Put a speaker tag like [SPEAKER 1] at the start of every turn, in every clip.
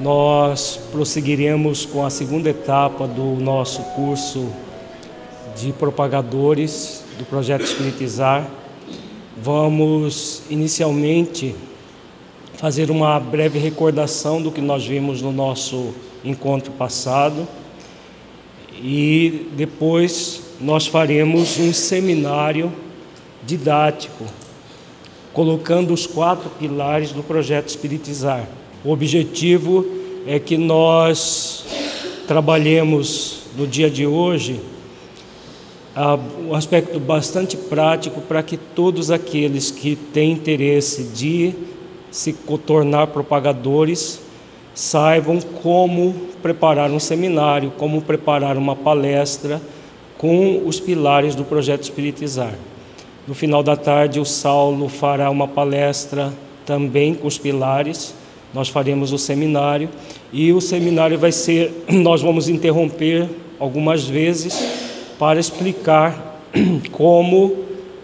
[SPEAKER 1] nós prosseguiremos com a segunda etapa do nosso curso de propagadores do Projeto Espiritizar. Vamos inicialmente fazer uma breve recordação do que nós vimos no nosso encontro passado e depois nós faremos um seminário didático, colocando os 4 pilares do Projeto Espiritizar. O objetivo é que nós trabalhemos no dia de hoje um aspecto bastante prático para que todos aqueles que têm interesse de se tornar propagadores saibam como preparar um seminário, como preparar uma palestra com os pilares do Projeto Espiritizar. No final da tarde, o Saulo fará uma palestra também com os pilares. Nós faremos o seminário e o seminário nós vamos interromper algumas vezes para explicar como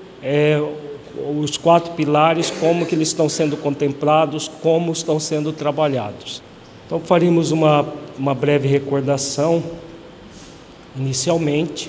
[SPEAKER 1] os 4 pilares, como que eles estão sendo contemplados, como estão sendo trabalhados. Então faremos uma breve recordação inicialmente.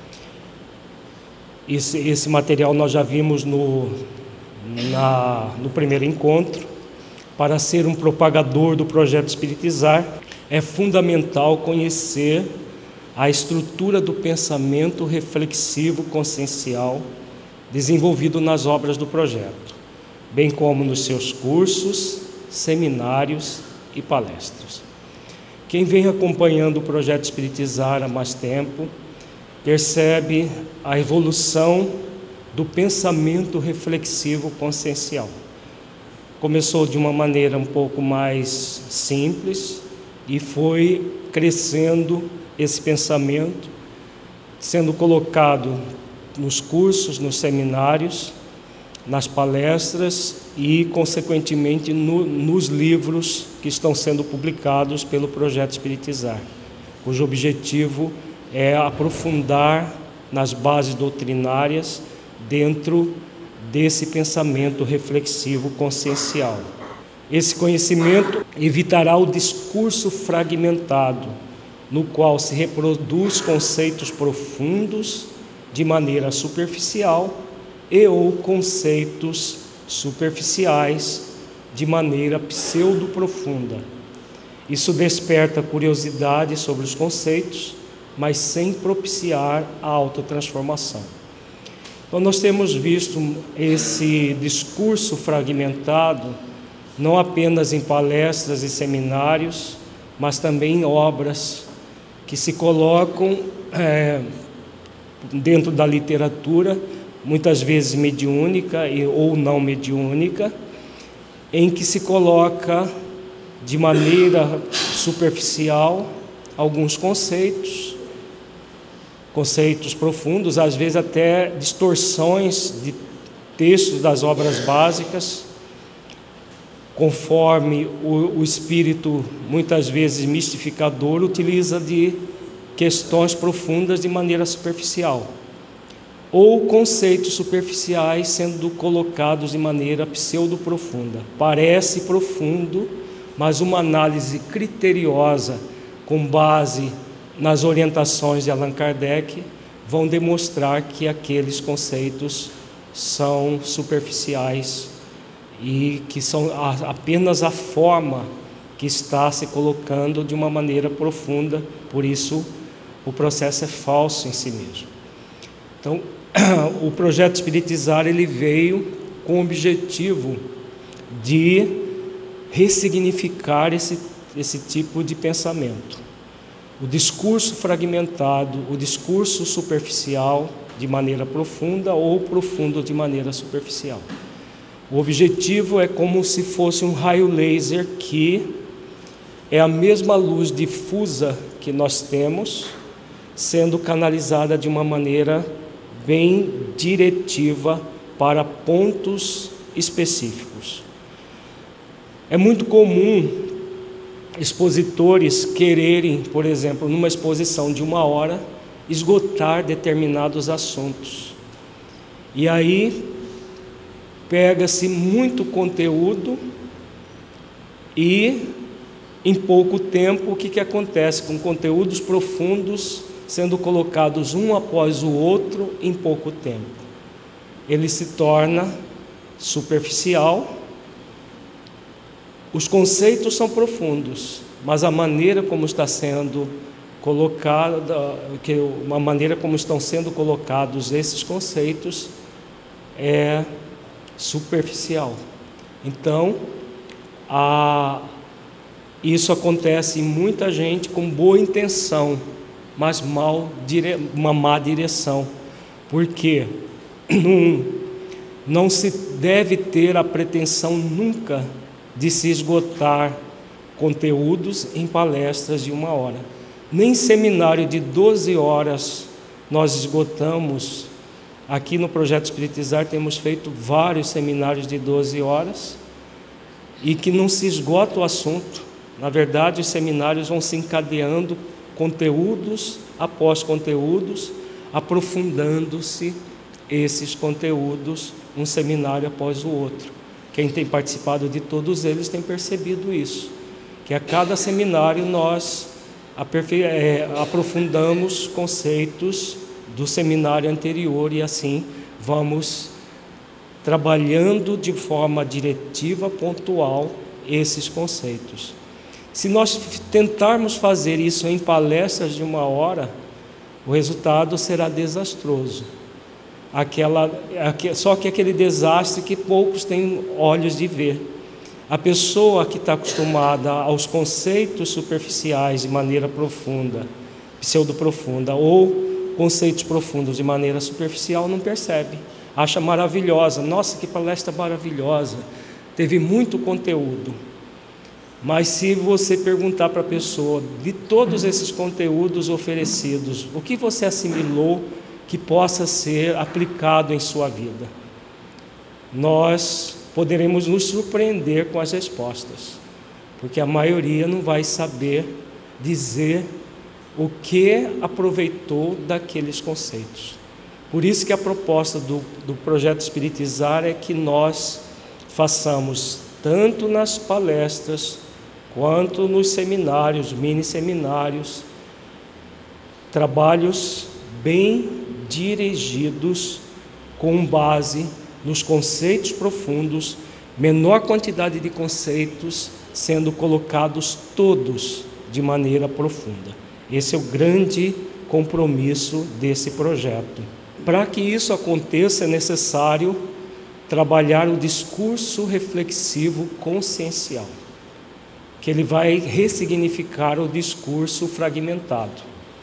[SPEAKER 1] Esse material nós já vimos no primeiro encontro. Para ser um propagador do Projeto Espiritizar, é fundamental conhecer a estrutura do pensamento reflexivo consciencial desenvolvido nas obras do projeto, bem como nos seus cursos, seminários e palestras. Quem vem acompanhando o Projeto Espiritizar há mais tempo percebe a evolução do pensamento reflexivo consciencial. Começou de uma maneira um pouco mais simples e foi crescendo esse pensamento, sendo colocado nos cursos, nos seminários, nas palestras e, consequentemente, nos livros que estão sendo publicados pelo Projeto Espiritizar, cujo objetivo é aprofundar nas bases doutrinárias dentro desse pensamento reflexivo consciencial. Esse conhecimento evitará o discurso fragmentado, no qual se reproduz conceitos profundos de maneira superficial ou conceitos superficiais de maneira pseudo-profunda. Isso desperta curiosidade sobre os conceitos, mas sem propiciar a autotransformação. Então, nós temos visto esse discurso fragmentado, não apenas em palestras e seminários, mas também em obras que se colocam dentro da literatura, muitas vezes mediúnica ou não mediúnica, em que se coloca de maneira superficial alguns conceitos profundos, às vezes até distorções de textos das obras básicas, conforme o espírito, muitas vezes mistificador, utiliza de questões profundas de maneira superficial, ou conceitos superficiais sendo colocados de maneira pseudo-profunda. Parece profundo, mas uma análise criteriosa, com base nas orientações de Allan Kardec, vão demonstrar que aqueles conceitos são superficiais e que são apenas a forma que está se colocando de uma maneira profunda, por isso o processo é falso em si mesmo. Então, o Projeto Espiritizar ele veio com o objetivo de ressignificar esse tipo de pensamento. O discurso fragmentado, o discurso superficial de maneira profunda ou profundo de maneira superficial. O objetivo é como se fosse um raio laser que é a mesma luz difusa que nós temos, sendo canalizada de uma maneira bem diretiva para pontos específicos. É muito comum expositores quererem, por exemplo, numa exposição de 1 hora, esgotar determinados assuntos. E aí pega-se muito conteúdo e em pouco tempo, o que acontece com conteúdos profundos sendo colocados um após o outro em pouco tempo? Ele se torna superficial. Os conceitos são profundos, mas a maneira como está sendo estão sendo colocados esses conceitos é superficial. Então, isso acontece em muita gente com boa intenção, mas uma má direção, porque não se deve ter a pretensão nunca de se esgotar conteúdos em palestras de 1 hora. Nem seminário de 12 horas nós esgotamos. Aqui no Projeto Espiritizar temos feito vários seminários de 12 horas e que não se esgota o assunto. Na verdade, os seminários vão se encadeando, conteúdos após conteúdos, aprofundando-se esses conteúdos, um seminário após o outro. Quem tem participado de todos eles tem percebido isso, que a cada seminário nós aprofundamos conceitos do seminário anterior e assim vamos trabalhando de forma diretiva, pontual, esses conceitos. Se nós tentarmos fazer isso em palestras de 1 hora, o resultado será desastroso. Só que aquele desastre que poucos têm olhos de ver. A pessoa que está acostumada aos conceitos superficiais de maneira profunda, pseudo-profunda, ou conceitos profundos de maneira superficial, não percebe. Acha maravilhosa. Nossa, que palestra maravilhosa. Teve muito conteúdo. Mas se você perguntar para a pessoa, de todos esses conteúdos oferecidos, o que você assimilou que possa ser aplicado em sua vida? Nós poderemos nos surpreender com as respostas, porque a maioria não vai saber dizer o que aproveitou daqueles conceitos. Por isso que a proposta do Projeto Espiritizar é que nós façamos, tanto nas palestras, quanto nos seminários, mini-seminários, trabalhos bem dirigidos com base nos conceitos profundos, menor quantidade de conceitos sendo colocados todos de maneira profunda. Esse é o grande compromisso desse projeto. Para que isso aconteça, é necessário trabalhar o discurso reflexivo consciencial, que ele vai ressignificar o discurso fragmentado.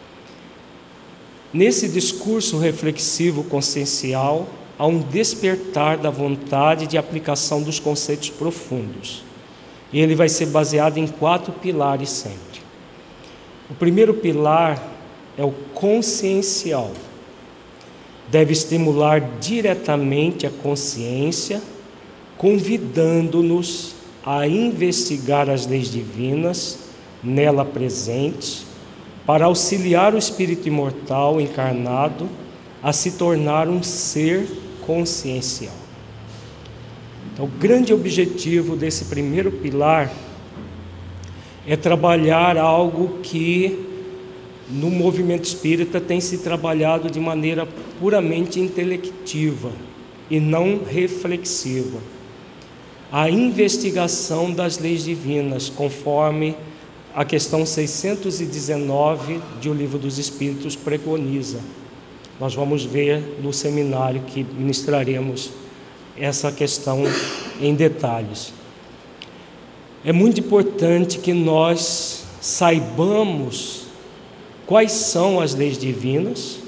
[SPEAKER 1] Nesse discurso reflexivo consciencial, há um despertar da vontade de aplicação dos conceitos profundos. E ele vai ser baseado em 4 pilares sempre. O primeiro pilar é o consciencial. Deve estimular diretamente a consciência, convidando-nos a investigar as leis divinas nela presentes, para auxiliar o espírito imortal encarnado a se tornar um ser consciencial. Então, o grande objetivo desse primeiro pilar é trabalhar algo que no movimento espírita tem se trabalhado de maneira puramente intelectiva e não reflexiva. A investigação das leis divinas, conforme a questão 619 de O Livro dos Espíritos preconiza. Nós vamos ver no seminário que ministraremos essa questão em detalhes. É muito importante que nós saibamos quais são as leis divinas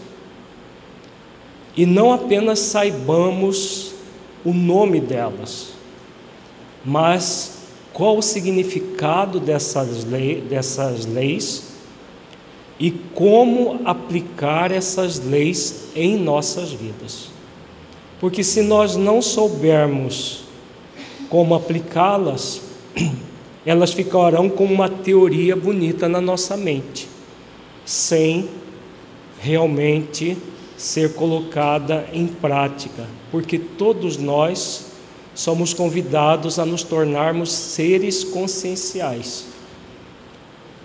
[SPEAKER 1] e não apenas saibamos o nome delas, mas qual o significado dessas leis e como aplicar essas leis em nossas vidas. Porque se nós não soubermos como aplicá-las, elas ficarão como uma teoria bonita na nossa mente, sem realmente ser colocada em prática, porque todos nós somos convidados a nos tornarmos seres conscienciais.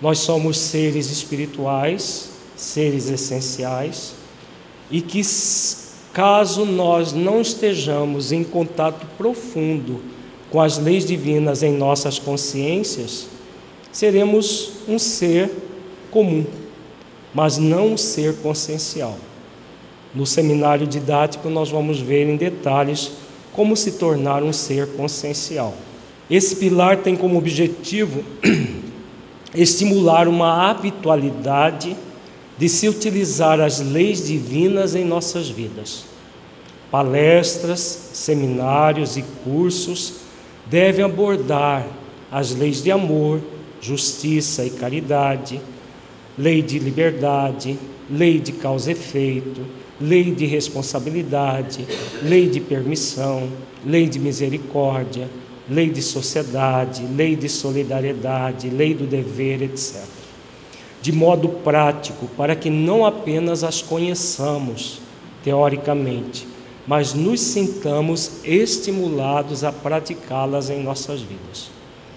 [SPEAKER 1] nós somos seres espirituais, seres essenciais, e que caso nós não estejamos em contato profundo com as leis divinas em nossas consciências, seremos um ser comum, mas não um ser consciencial. No seminário didático nós vamos ver em detalhes como se tornar um ser consciencial. Esse pilar tem como objetivo estimular uma habitualidade de se utilizar as leis divinas em nossas vidas. Palestras, seminários e cursos devem abordar as leis de amor, justiça e caridade, lei de liberdade, lei de causa e efeito, lei de responsabilidade, lei de permissão, lei de misericórdia, lei de sociedade, lei de solidariedade, lei do dever, etc. De modo prático, para que não apenas as conheçamos teoricamente, mas nos sintamos estimulados a praticá-las em nossas vidas.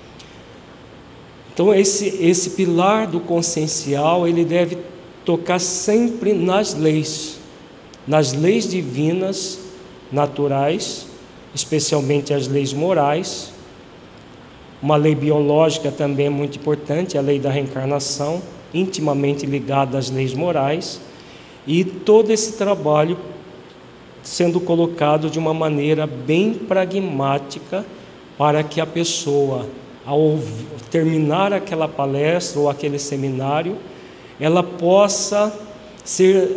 [SPEAKER 1] Então, esse pilar do consciencial, ele deve tocar sempre nas leis divinas, naturais, especialmente as leis morais. Uma lei biológica também é muito importante, a lei da reencarnação, intimamente ligada às leis morais, e todo esse trabalho sendo colocado de uma maneira bem pragmática para que a pessoa, ao terminar aquela palestra ou aquele seminário, ela possa ser,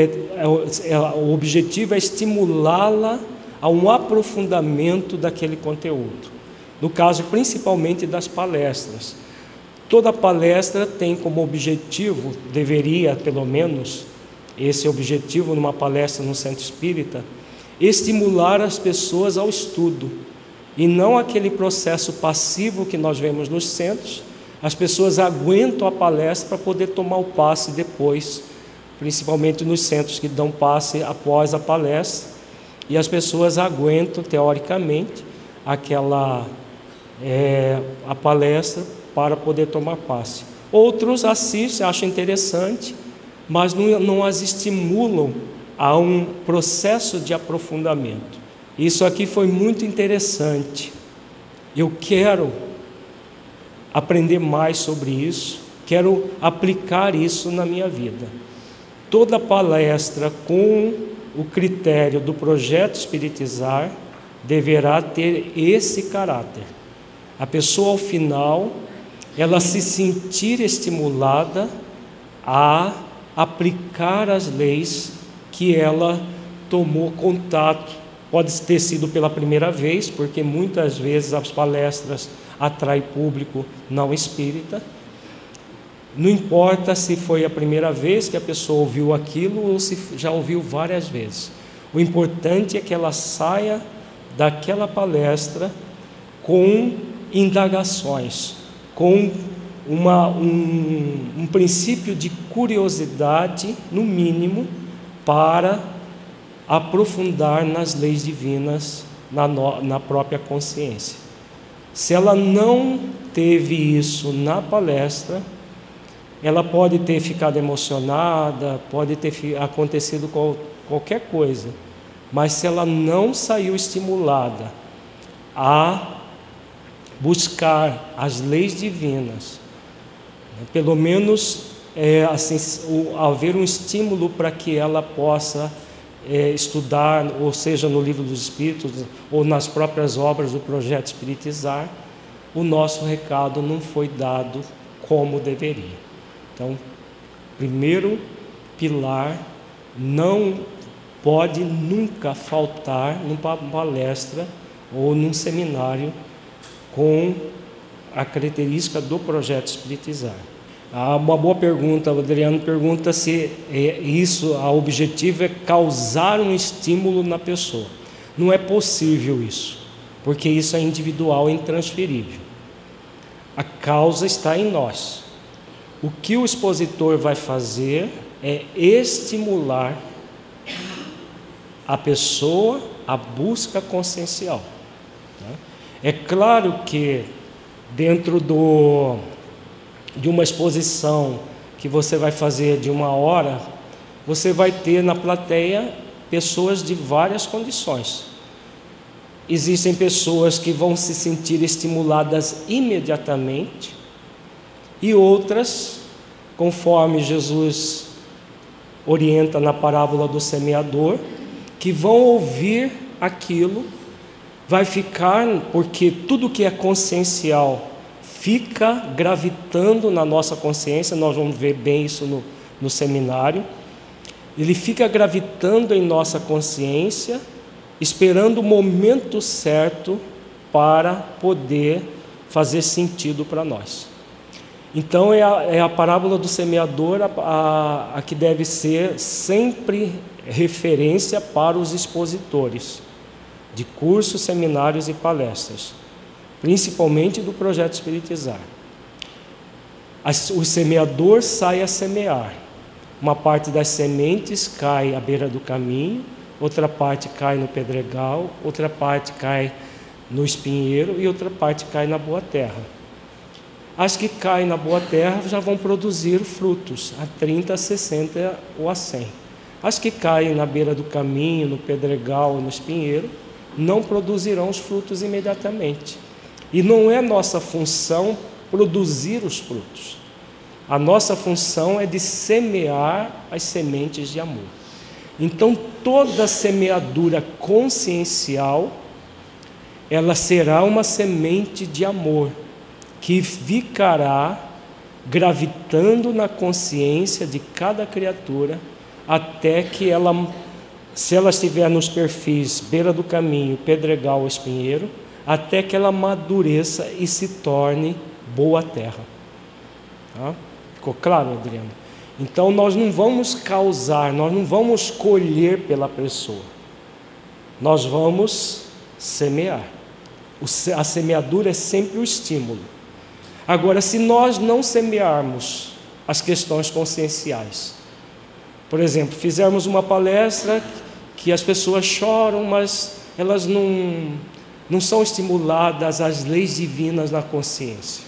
[SPEAKER 1] o objetivo é estimulá-la a um aprofundamento daquele conteúdo. No caso, principalmente das palestras. Toda palestra tem como objetivo, deveria pelo menos, esse objetivo numa palestra no centro espírita, estimular as pessoas ao estudo, e não aquele processo passivo que nós vemos nos centros. As pessoas aguentam a palestra para poder tomar o passe depois, principalmente nos centros que dão passe após a palestra, e as pessoas aguentam, teoricamente, a palestra para poder tomar passe. Outros assistem, acham interessante, mas não as estimulam a um processo de aprofundamento. Isso aqui foi muito interessante. Eu quero aprender mais sobre isso, quero aplicar isso na minha vida. Toda palestra com o critério do projeto Espiritizar deverá ter esse caráter. A pessoa, ao final, ela se sentir estimulada a aplicar as leis que ela tomou contato. Pode ter sido pela primeira vez, porque muitas vezes as palestras atraem público não espírita. Não importa se foi a primeira vez que a pessoa ouviu aquilo ou se já ouviu várias vezes. O importante é que ela saia daquela palestra com indagações, com um princípio de curiosidade, no mínimo, para aprofundar nas leis divinas na própria consciência. Se ela não teve isso na palestra, ela pode ter ficado emocionada, pode ter acontecido qualquer coisa, mas se ela não saiu estimulada a buscar as leis divinas, pelo menos haver um estímulo para que ela possa estudar, ou seja, no Livro dos Espíritos ou nas próprias obras do Projeto Espiritizar, o nosso recado não foi dado como deveria. Então, primeiro pilar, não pode nunca faltar numa palestra ou num seminário com a característica do Projeto Espiritizar. Uma boa pergunta, o Adriano pergunta se o objetivo é causar um estímulo na pessoa. Não é possível isso, porque isso é individual e intransferível. A causa está em nós. O que o expositor vai fazer é estimular a pessoa à busca consciencial. É claro que dentro de uma exposição que você vai fazer de 1 hora, você vai ter na plateia pessoas de várias condições. Existem pessoas que vão se sentir estimuladas imediatamente e outras, conforme Jesus orienta na parábola do semeador, que vão ouvir aquilo, vai ficar, porque tudo que é consciencial fica gravitando na nossa consciência, nós vamos ver bem isso no seminário, ele fica gravitando em nossa consciência, esperando o momento certo para poder fazer sentido para nós. Então é a parábola do semeador a que deve ser sempre referência para os expositores de cursos, seminários e palestras, principalmente do projeto Espiritizar. O semeador sai a semear. Uma parte das sementes cai à beira do caminho, outra parte cai no pedregal, outra parte cai no espinheiro e outra parte cai na boa terra. As que caem na boa terra já vão produzir frutos, a 30, a 60 ou a 100. As que caem na beira do caminho, no pedregal ou no espinheiro, não produzirão os frutos imediatamente. E não é nossa função produzir os frutos. A nossa função é de semear as sementes de amor. Então, toda semeadura consciencial, ela será uma semente de amor, que ficará gravitando na consciência de cada criatura, até que ela, se ela estiver nos perfis beira do caminho, pedregal ou espinheiro, até que ela amadureça e se torne boa terra. Tá? Ficou claro, Adriano? Então nós não vamos causar, nós não vamos colher pela pessoa, nós vamos semear. A semeadura é sempre o estímulo. Agora, se nós não semearmos as questões conscienciais, por exemplo, fizermos uma palestra que as pessoas choram, mas elas não são estimuladas às leis divinas na consciência.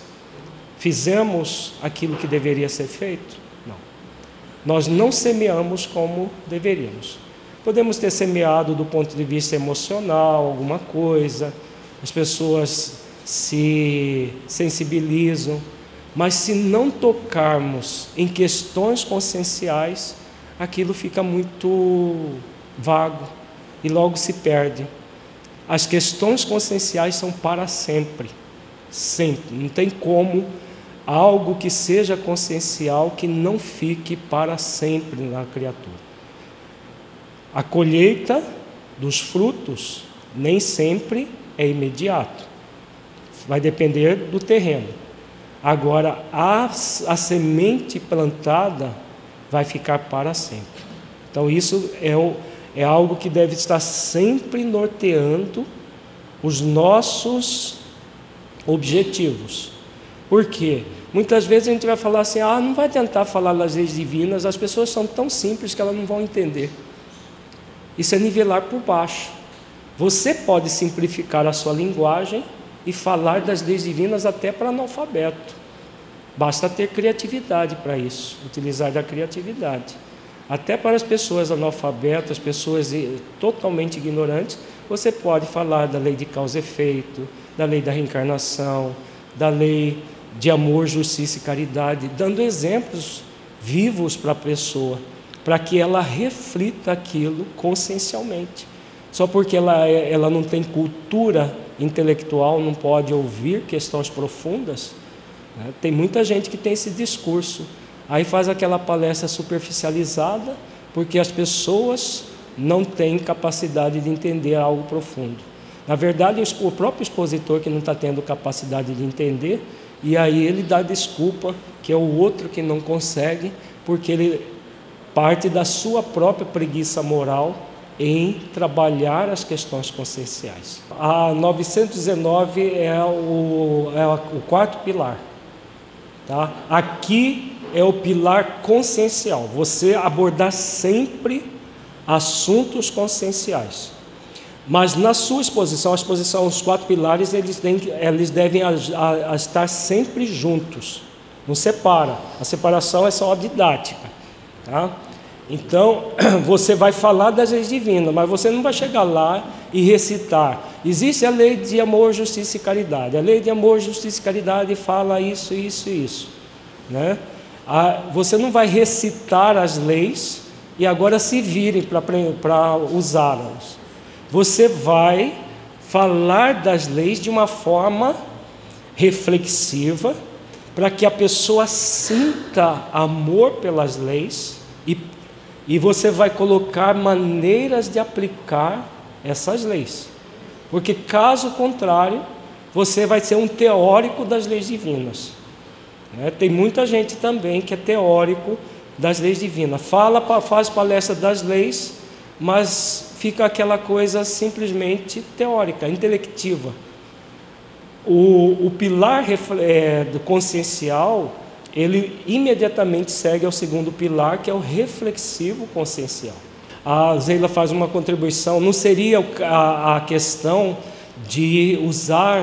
[SPEAKER 1] Fizemos aquilo que deveria ser feito? Não. Nós não semeamos como deveríamos. Podemos ter semeado do ponto de vista emocional, alguma coisa, as pessoas se sensibilizam, mas se não tocarmos em questões conscienciais, aquilo fica muito vago e logo se perde. As questões conscienciais são para sempre, sempre. Não tem como algo que seja consciencial que não fique para sempre na criatura. A colheita dos frutos nem sempre é imediato, vai depender do terreno. Agora, a semente plantada vai ficar para sempre. Então isso é algo que deve estar sempre norteando os nossos objetivos. Por quê? Muitas vezes a gente vai falar assim, não vai tentar falar das leis divinas, as pessoas são tão simples que elas não vão entender. Isso é nivelar por baixo. Você pode simplificar a sua linguagem e falar das leis divinas até para analfabeto. Basta ter criatividade para isso, utilizar da criatividade. Até para as pessoas analfabetas, pessoas totalmente ignorantes, você pode falar da lei de causa e efeito, da lei da reencarnação, da lei de amor, justiça e caridade, dando exemplos vivos para a pessoa, para que ela reflita aquilo consciencialmente. Só porque ela não tem cultura intelectual, não pode ouvir questões profundas, né? Tem muita gente que tem esse discurso, aí faz aquela palestra superficializada, porque as pessoas não têm capacidade de entender algo profundo. Na verdade, o próprio expositor que não está tendo capacidade de entender, e aí ele dá desculpa que é o outro que não consegue, porque ele parte da sua própria preguiça moral em trabalhar as questões conscienciais. A 919 é o quarto pilar. Tá? Aqui é o pilar consciencial, você abordar sempre assuntos conscienciais. Mas na sua exposição, a exposição, os quatro pilares, eles devem estar sempre juntos. não separa. A separação é só didática, tá? Então, você vai falar das leis divinas, mas você não vai chegar lá e recitar. Existe a lei de amor, justiça e caridade. A lei de amor, justiça e caridade fala isso, isso e isso, né? Você não vai recitar as leis e agora se virem para usá-las. Você vai falar das leis de uma forma reflexiva, para que a pessoa sinta amor pelas leis e você vai colocar maneiras de aplicar essas leis. Porque caso contrário, você vai ser um teórico das leis divinas. Tem muita gente também que é teórico das leis divinas. Faz palestra das leis, mas fica aquela coisa simplesmente teórica, intelectiva. O pilar do consciencial, ele imediatamente segue ao segundo pilar, que é o reflexivo consciencial. A Zeila faz uma contribuição, não seria a questão de usar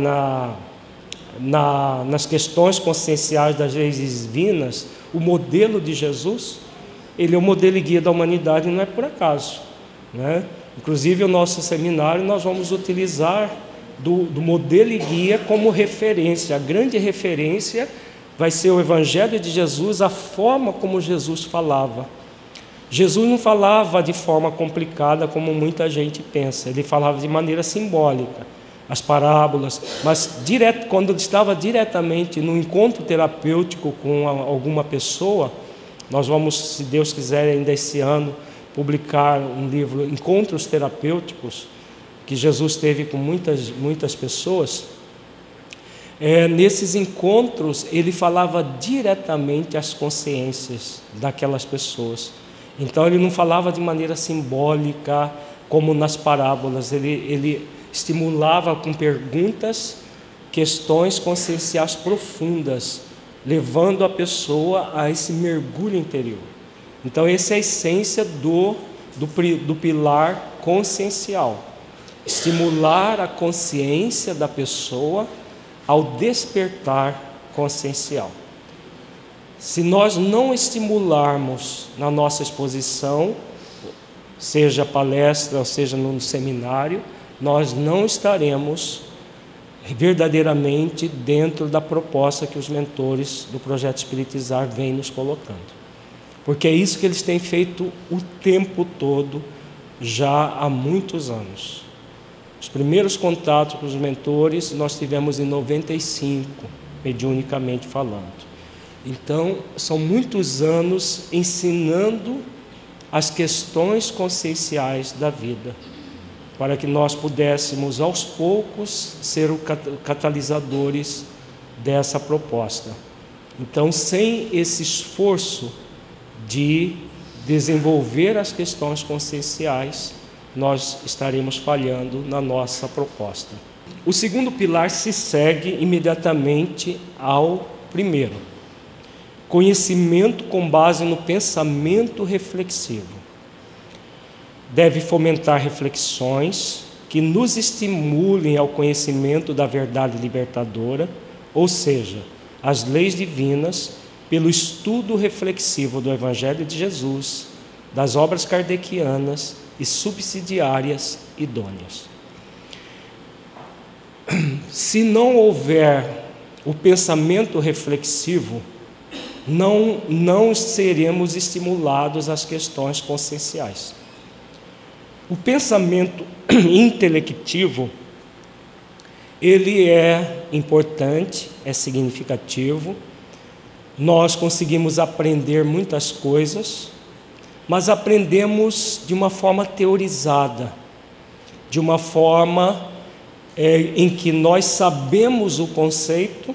[SPEAKER 1] nas questões conscienciais das leis divinas o modelo de Jesus? Ele é o modelo e guia da humanidade, não é por acaso, né? Inclusive, o nosso seminário nós vamos utilizar do modelo e guia como referência. A grande referência vai ser o Evangelho de Jesus, a forma como Jesus falava. Jesus não falava de forma complicada como muita gente pensa, ele falava de maneira simbólica, as parábolas, mas quando ele estava diretamente no encontro terapêutico com alguma pessoa, nós vamos, se Deus quiser, ainda esse ano, publicar um livro, Encontros Terapêuticos, que Jesus teve com muitas pessoas. Nesses encontros, ele falava diretamente às consciências daquelas pessoas. Então, ele não falava de maneira simbólica, como nas parábolas. Ele estimulava com perguntas, questões conscienciais profundas, levando a pessoa a esse mergulho interior. Então, essa é a essência do pilar consciencial. Estimular a consciência da pessoa ao despertar consciencial. Se nós não estimularmos na nossa exposição, seja palestra ou seja no seminário, nós não estaremos verdadeiramente dentro da proposta que os mentores do Projeto Espiritizar vêm nos colocando. Porque é isso que eles têm feito o tempo todo, já há muitos anos. Os primeiros contatos com os mentores nós tivemos em 95, mediunicamente falando. Então, são muitos anos ensinando as questões conscienciais da vida, para que nós pudéssemos, aos poucos, ser os catalisadores dessa proposta. Então, sem esse esforço de desenvolver as questões conscienciais, nós estaremos falhando na nossa proposta. O segundo pilar se segue imediatamente ao primeiro. Conhecimento com base no pensamento reflexivo. Deve fomentar reflexões que nos estimulem ao conhecimento da verdade libertadora, ou seja, as leis divinas, pelo estudo reflexivo do Evangelho de Jesus, das obras kardecianas e subsidiárias idôneas. Se não houver o pensamento reflexivo, não seremos estimulados às questões conscienciais. O pensamento intelectivo, ele é importante, é significativo. Nós conseguimos aprender muitas coisas, mas aprendemos de uma forma teorizada, de uma forma em que nós sabemos o conceito,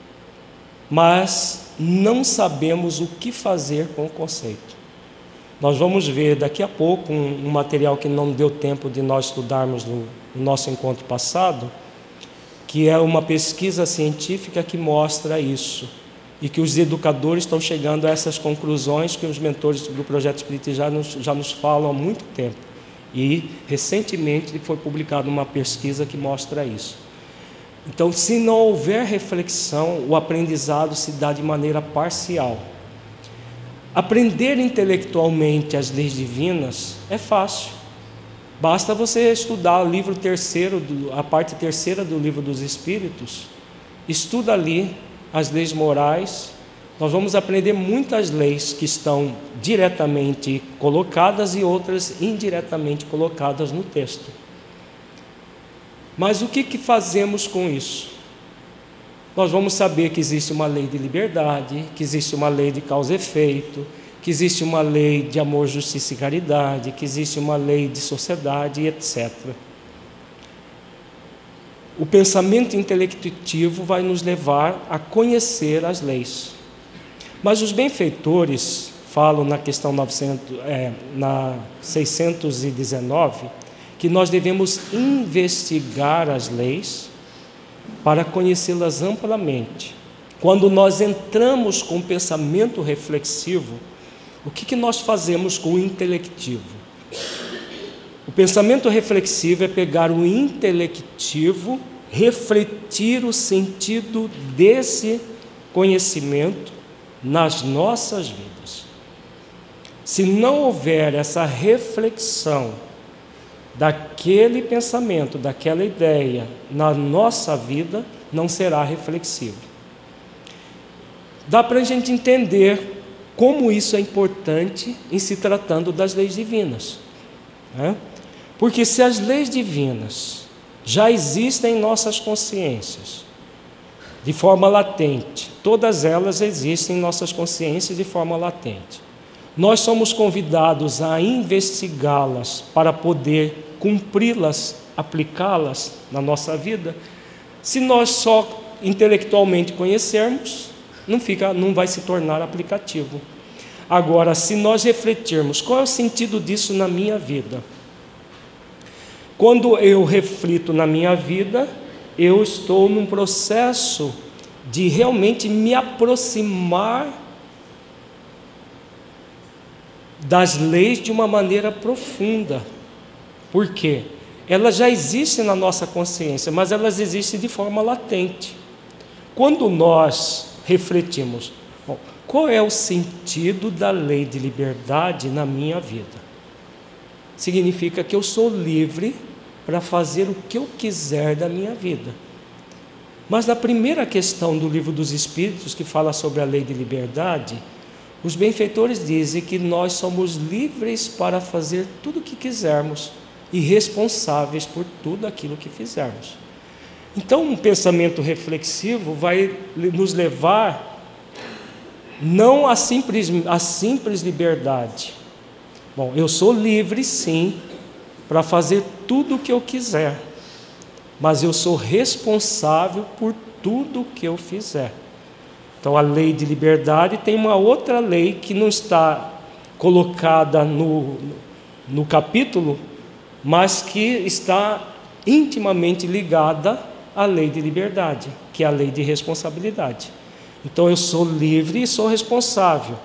[SPEAKER 1] mas não sabemos o que fazer com o conceito. Nós vamos ver daqui a pouco um material que não deu tempo de nós estudarmos no nosso encontro passado, que é uma pesquisa científica que mostra isso, e que os educadores estão chegando a essas conclusões que os mentores do Projeto Espírita já nos falam há muito tempo. E, recentemente, foi publicada uma pesquisa que mostra isso. Então, se não houver reflexão, o aprendizado se dá de maneira parcial. Aprender intelectualmente as leis divinas é fácil. Basta você estudar o livro terceiro, a parte terceira do Livro dos Espíritos. Estuda ali as leis morais. Nós vamos aprender muitas leis que estão diretamente colocadas e outras indiretamente colocadas no texto. Mas o que fazemos com isso? Nós vamos saber que existe uma lei de liberdade, que existe uma lei de causa e efeito, que existe uma lei de amor, justiça e caridade, que existe uma lei de sociedade, etc. O pensamento intelectivo vai nos levar a conhecer as leis. Mas os benfeitores falam na questão 619, que nós devemos investigar as leis para conhecê-las amplamente. Quando nós entramos com o pensamento reflexivo, o que nós fazemos com o intelectivo? O pensamento reflexivo é pegar o intelectivo, refletir o sentido desse conhecimento nas nossas vidas. Se não houver essa reflexão daquele pensamento, daquela ideia na nossa vida, não será reflexivo. Dá para a gente entender como isso é importante em se tratando das leis divinas, né? Porque se as leis divinas já existem em nossas consciências, de forma latente, todas elas existem em nossas consciências de forma latente. Nós somos convidados a investigá-las para poder cumpri-las, aplicá-las na nossa vida. Se nós só intelectualmente conhecermos, não vai se tornar aplicativo. Agora, se nós refletirmos, qual é o sentido disso na minha vida? Quando eu reflito na minha vida, eu estou num processo de realmente me aproximar das leis de uma maneira profunda. Por quê? Elas já existem na nossa consciência, mas elas existem de forma latente. Quando nós refletimos, qual é o sentido da lei de liberdade na minha vida? Significa que eu sou livre para fazer o que eu quiser da minha vida. Mas na primeira questão do Livro dos Espíritos, que fala sobre a lei de liberdade, os benfeitores dizem que nós somos livres para fazer tudo o que quisermos e responsáveis por tudo aquilo que fizermos. Então, um pensamento reflexivo vai nos levar não à simples liberdade. Bom, eu sou livre, sim, para fazer tudo o que eu quiser, mas eu sou responsável por tudo o que eu fizer. Então, a lei de liberdade tem uma outra lei que não está colocada no capítulo, mas que está intimamente ligada à lei de liberdade, que é a lei de responsabilidade. Então, eu sou livre e sou responsável.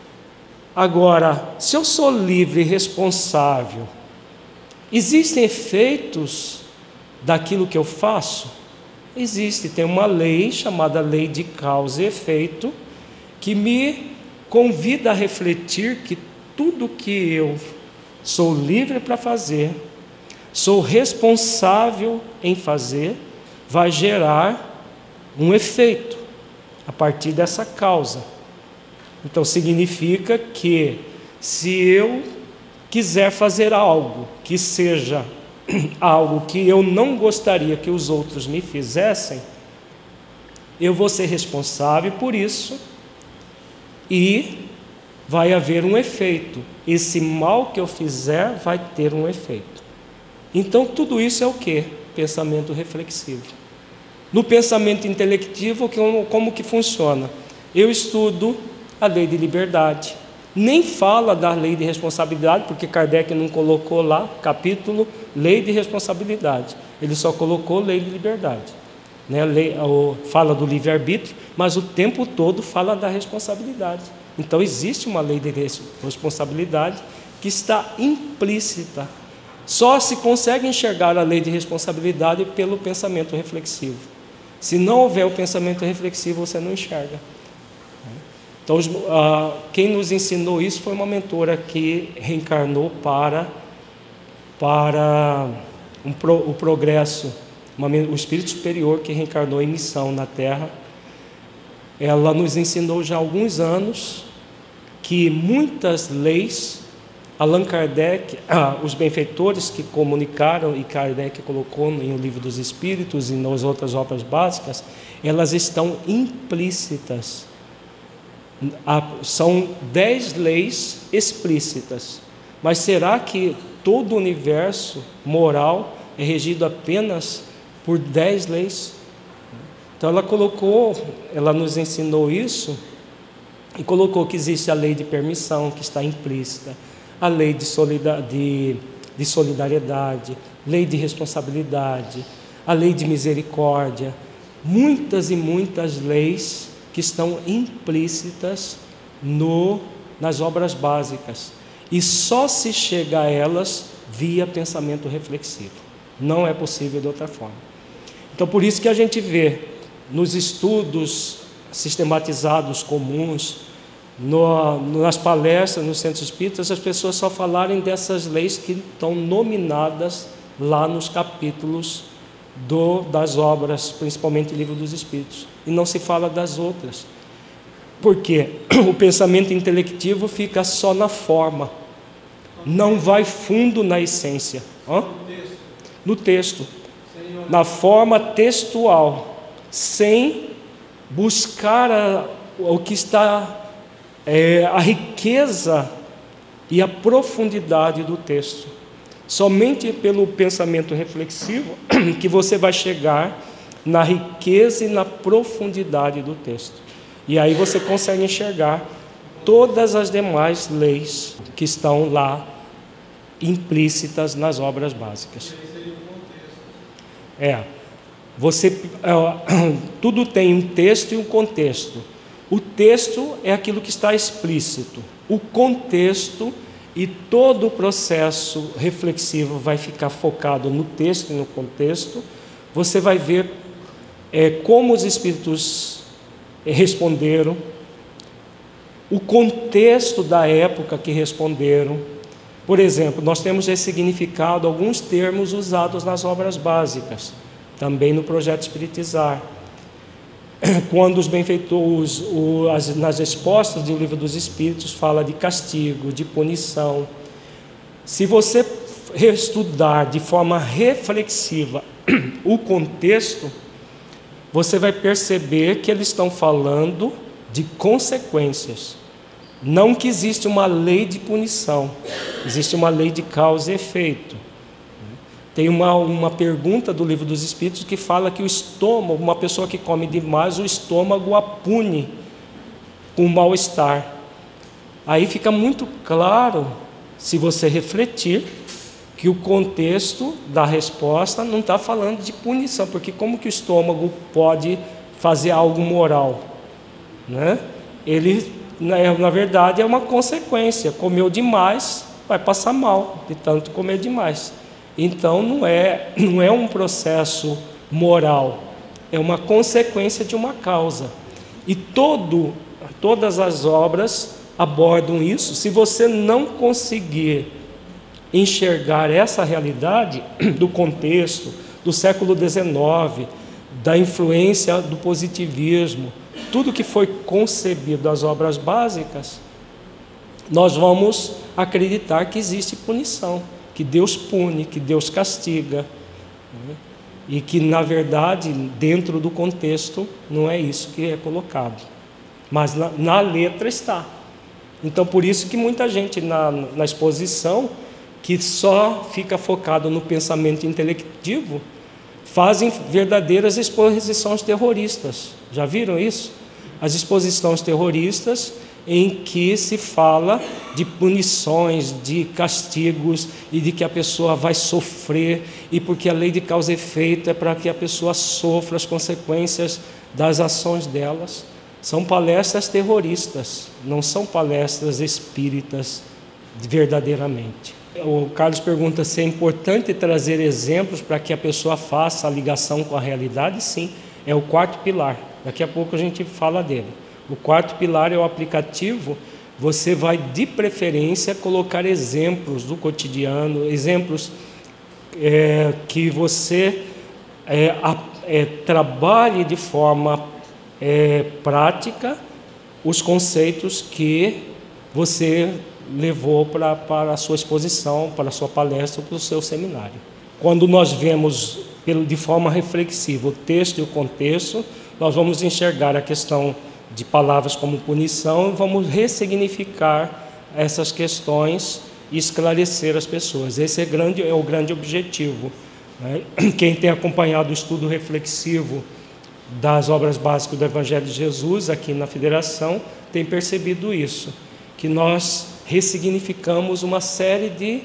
[SPEAKER 1] Agora, se eu sou livre e responsável, existem efeitos daquilo que eu faço? Existe, tem uma lei chamada lei de causa e efeito, que me convida a refletir que tudo que eu sou livre para fazer, sou responsável em fazer, vai gerar um efeito a partir dessa causa. Então significa que se eu quiser fazer algo que seja algo que eu não gostaria que os outros me fizessem, eu vou ser responsável por isso e vai haver um efeito. Esse mal que eu fizer vai ter um efeito. Então tudo isso é o quê? Pensamento reflexivo. No pensamento intelectivo, como que funciona? Eu estudo a lei de liberdade. Nem fala da lei de responsabilidade, porque Kardec não colocou lá, capítulo, lei de responsabilidade. Ele só colocou lei de liberdade. Fala do livre-arbítrio, mas o tempo todo fala da responsabilidade. Então existe uma lei de responsabilidade que está implícita. Só se consegue enxergar a lei de responsabilidade pelo pensamento reflexivo. Se não houver o pensamento reflexivo, você não enxerga. Então, quem nos ensinou isso foi uma mentora que reencarnou para o progresso, o espírito superior que reencarnou em missão na Terra. Ela nos ensinou já há alguns anos que muitas leis, Allan Kardec, os benfeitores que comunicaram e Kardec colocou em O Livro dos Espíritos e nas outras obras básicas, elas estão implícitas. São 10 leis explícitas. Mas será que todo o universo moral é regido apenas por 10 leis? Então ela nos ensinou isso e colocou que existe a lei de permissão, que está implícita, a lei de solidariedade, lei de responsabilidade, a lei de misericórdia, muitas e muitas leis que estão implícitas nas obras básicas. E só se chega a elas via pensamento reflexivo. Não é possível de outra forma. Então, por isso que a gente vê nos estudos sistematizados comuns, nas palestras, nos centros espíritas, as pessoas só falarem dessas leis que estão nominadas lá nos capítulos das obras, principalmente o Livro dos Espíritos, e não se fala das outras. Porque o pensamento intelectivo fica só na forma, não vai fundo na essência. No texto, na forma textual, sem buscar o que está, a riqueza e a profundidade do texto. Somente pelo pensamento reflexivo que você vai chegar na riqueza e na profundidade do texto. E aí você consegue enxergar todas as demais leis que estão lá implícitas nas obras básicas. Tudo tem um texto e um contexto. O texto é aquilo que está explícito. O contexto e todo o processo reflexivo vai ficar focado no texto e no contexto. Você vai ver como os espíritos responderam, o contexto da época que responderam. Por exemplo, nós temos ressignificado alguns termos usados nas obras básicas, também no Projeto Espiritizar. Quando os benfeitores, nas respostas do Livro dos Espíritos, fala de castigo, de punição. Se você estudar de forma reflexiva o contexto, você vai perceber que eles estão falando de consequências. Não que existe uma lei de punição, existe uma lei de causa e efeito. Tem uma pergunta do Livro dos Espíritos que fala que o estômago, uma pessoa que come demais, o estômago a pune com mal-estar. Aí fica muito claro, se você refletir, que o contexto da resposta não está falando de punição, porque como que o estômago pode fazer algo moral? Né? Ele, na verdade, é uma consequência. Comeu demais, vai passar mal, de tanto comer demais. Então, não é um processo moral, é uma consequência de uma causa. E todas as obras abordam isso. Se você não conseguir enxergar essa realidade do contexto do século XIX, da influência do positivismo, tudo que foi concebido das obras básicas, nós vamos acreditar que existe punição, que Deus pune, que Deus castiga, né? E que, na verdade, dentro do contexto, não é isso que é colocado, mas na letra está. Então, por isso que muita gente na exposição, que só fica focado no pensamento intelectivo, fazem verdadeiras exposições terroristas. Já viram isso? As exposições terroristas em que se fala de punições, de castigos e de que a pessoa vai sofrer, e porque a lei de causa e efeito é para que a pessoa sofra as consequências das ações delas. São palestras terroristas, não são palestras espíritas verdadeiramente. O Carlos pergunta se é importante trazer exemplos para que a pessoa faça a ligação com a realidade. Sim, é o quarto pilar. Daqui a pouco a gente fala dele. O quarto pilar é o aplicativo. Você vai, de preferência, colocar exemplos do cotidiano, exemplos que você trabalhe de forma prática os conceitos que você levou para a sua exposição, para a sua palestra, para o seu seminário. Quando nós vemos de forma reflexiva o texto e o contexto, nós vamos enxergar a questão de palavras como punição e vamos ressignificar essas questões e esclarecer as pessoas. Esse é o grande objetivo, né? Quem tem acompanhado o estudo reflexivo das obras básicas do Evangelho de Jesus aqui na Federação tem percebido isso, que nós ressignificamos uma série de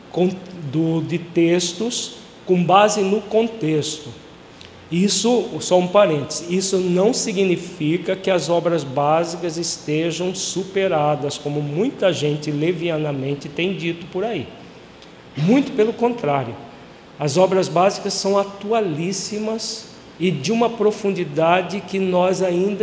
[SPEAKER 1] textos com base no contexto. Isso, só um parênteses, isso não significa que as obras básicas estejam superadas, como muita gente levianamente tem dito por aí. Muito pelo contrário, as obras básicas são atualíssimas e de uma profundidade que nós ainda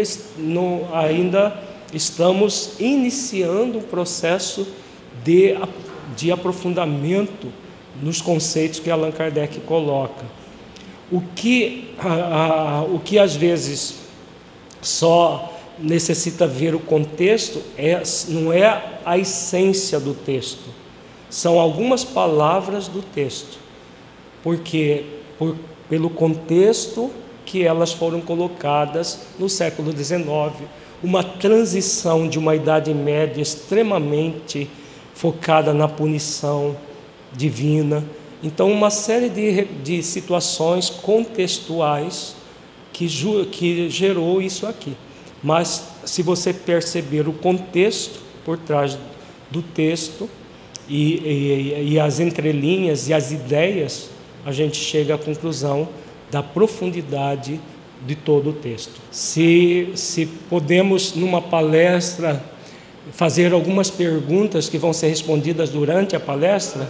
[SPEAKER 1] estamos iniciando um processo de aprofundamento nos conceitos que Allan Kardec coloca. O que às vezes só necessita ver o contexto não é a essência do texto, são algumas palavras do texto, porque pelo contexto que elas foram colocadas no século XIX, uma transição de uma Idade Média extremamente focada na punição divina. Então, uma série de situações contextuais que gerou isso aqui. Mas, se você perceber o contexto por trás do texto e as entrelinhas e as ideias, a gente chega à conclusão da profundidade de todo o texto. Se podemos, numa palestra, fazer algumas perguntas que vão ser respondidas durante a palestra,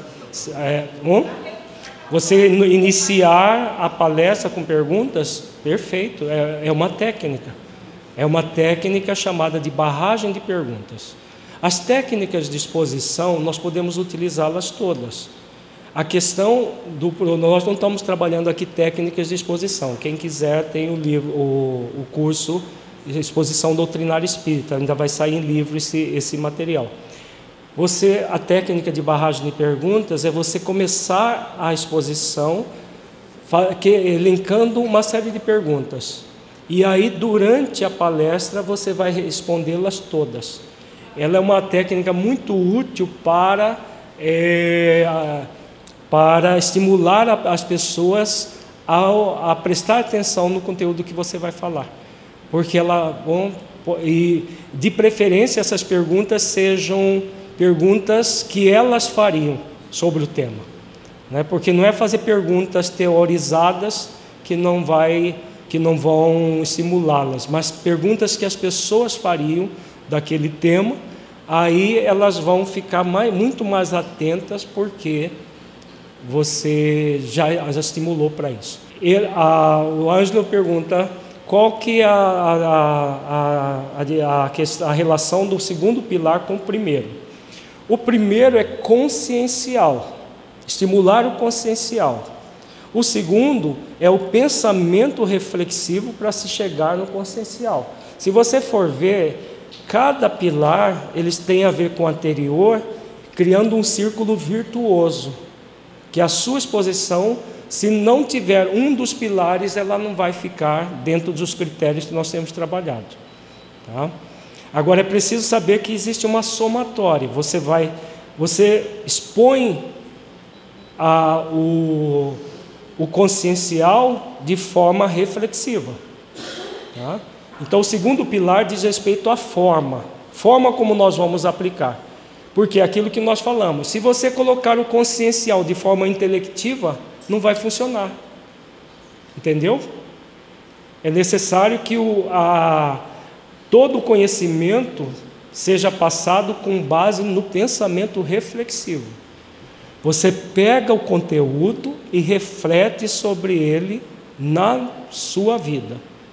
[SPEAKER 1] você iniciar a palestra com perguntas, perfeito, é uma técnica chamada de barragem de perguntas. As técnicas de exposição, nós podemos utilizá-las todas. A questão nós não estamos trabalhando aqui técnicas de exposição. Quem quiser tem o curso de exposição doutrinária espírita, ainda vai sair em livro esse material. A técnica de barragem de perguntas é você começar a exposição elencando uma série de perguntas. E aí, durante a palestra, você vai respondê-las todas. Ela é uma técnica muito útil para estimular as pessoas a prestar atenção no conteúdo que você vai falar. Porque de preferência, essas perguntas sejam perguntas que elas fariam sobre o tema, né? Porque não é fazer perguntas teorizadas que não vão estimulá-las, mas perguntas que as pessoas fariam daquele tema. Aí elas vão ficar muito mais atentas, porque você já as estimulou para isso. O Ângelo pergunta qual que é a relação do segundo pilar com o primeiro. O primeiro é consciencial, estimular o consciencial. O segundo é o pensamento reflexivo para se chegar no consciencial. Se você for ver, cada pilar eles têm a ver com o anterior, criando um círculo virtuoso, que a sua exposição, se não tiver um dos pilares, ela não vai ficar dentro dos critérios que nós temos trabalhado, tá? Agora, é preciso saber que existe uma somatória. Você expõe o consciencial de forma reflexiva, tá? Então, o segundo pilar diz respeito à forma como nós vamos aplicar. Porque é aquilo que nós falamos, se você colocar o consciencial de forma intelectiva, não vai funcionar. Entendeu? É necessário que todo o conhecimento seja passado com base no pensamento reflexivo. Você pega o conteúdo e reflete sobre ele na sua vida.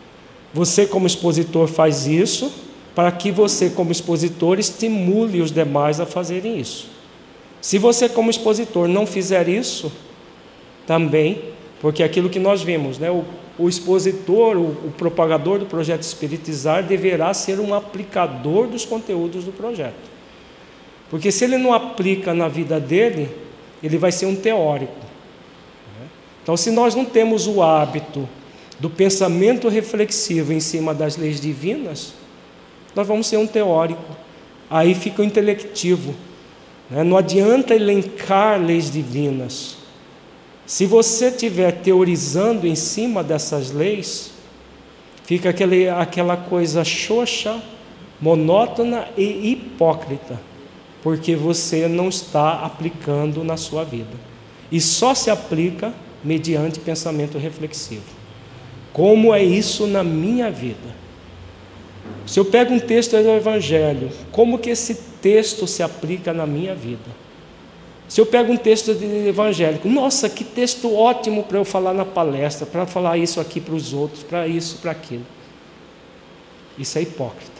[SPEAKER 1] Você, como expositor, faz isso para que você, como expositor, estimule os demais a fazerem isso. Se você, como expositor, não fizer isso, também, porque aquilo que nós vimos, né? O expositor, o propagador do projeto Espiritizar deverá ser um aplicador dos conteúdos do projeto. Porque se ele não aplica na vida dele, ele vai ser um teórico. Então, se nós não temos o hábito do pensamento reflexivo em cima das leis divinas, nós vamos ser um teórico. Aí fica o intelectivo. Não adianta elencar leis divinas. Se você estiver teorizando em cima dessas leis, fica aquela coisa xoxa, monótona e hipócrita, porque você não está aplicando na sua vida. E só se aplica mediante pensamento reflexivo. Como é isso na minha vida? Se eu pego um texto do Evangelho, como que esse texto se aplica na minha vida? Se eu pego um texto evangélico, nossa, que texto ótimo para eu falar na palestra, para falar isso aqui para os outros, para isso, para aquilo. Isso é hipócrita.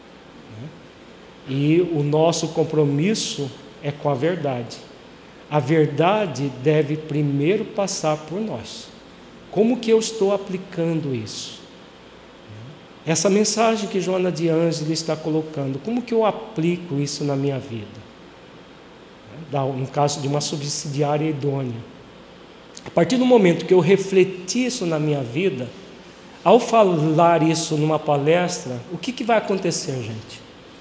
[SPEAKER 1] E o nosso compromisso é com a verdade. A verdade deve primeiro passar por nós. Como que eu estou aplicando isso? Essa mensagem que Joana de Ângeles está colocando, como que eu aplico isso na minha vida? No caso de uma subsidiária idônea. A partir do momento que eu refleti isso na minha vida, ao falar isso numa palestra, o que vai acontecer, gente?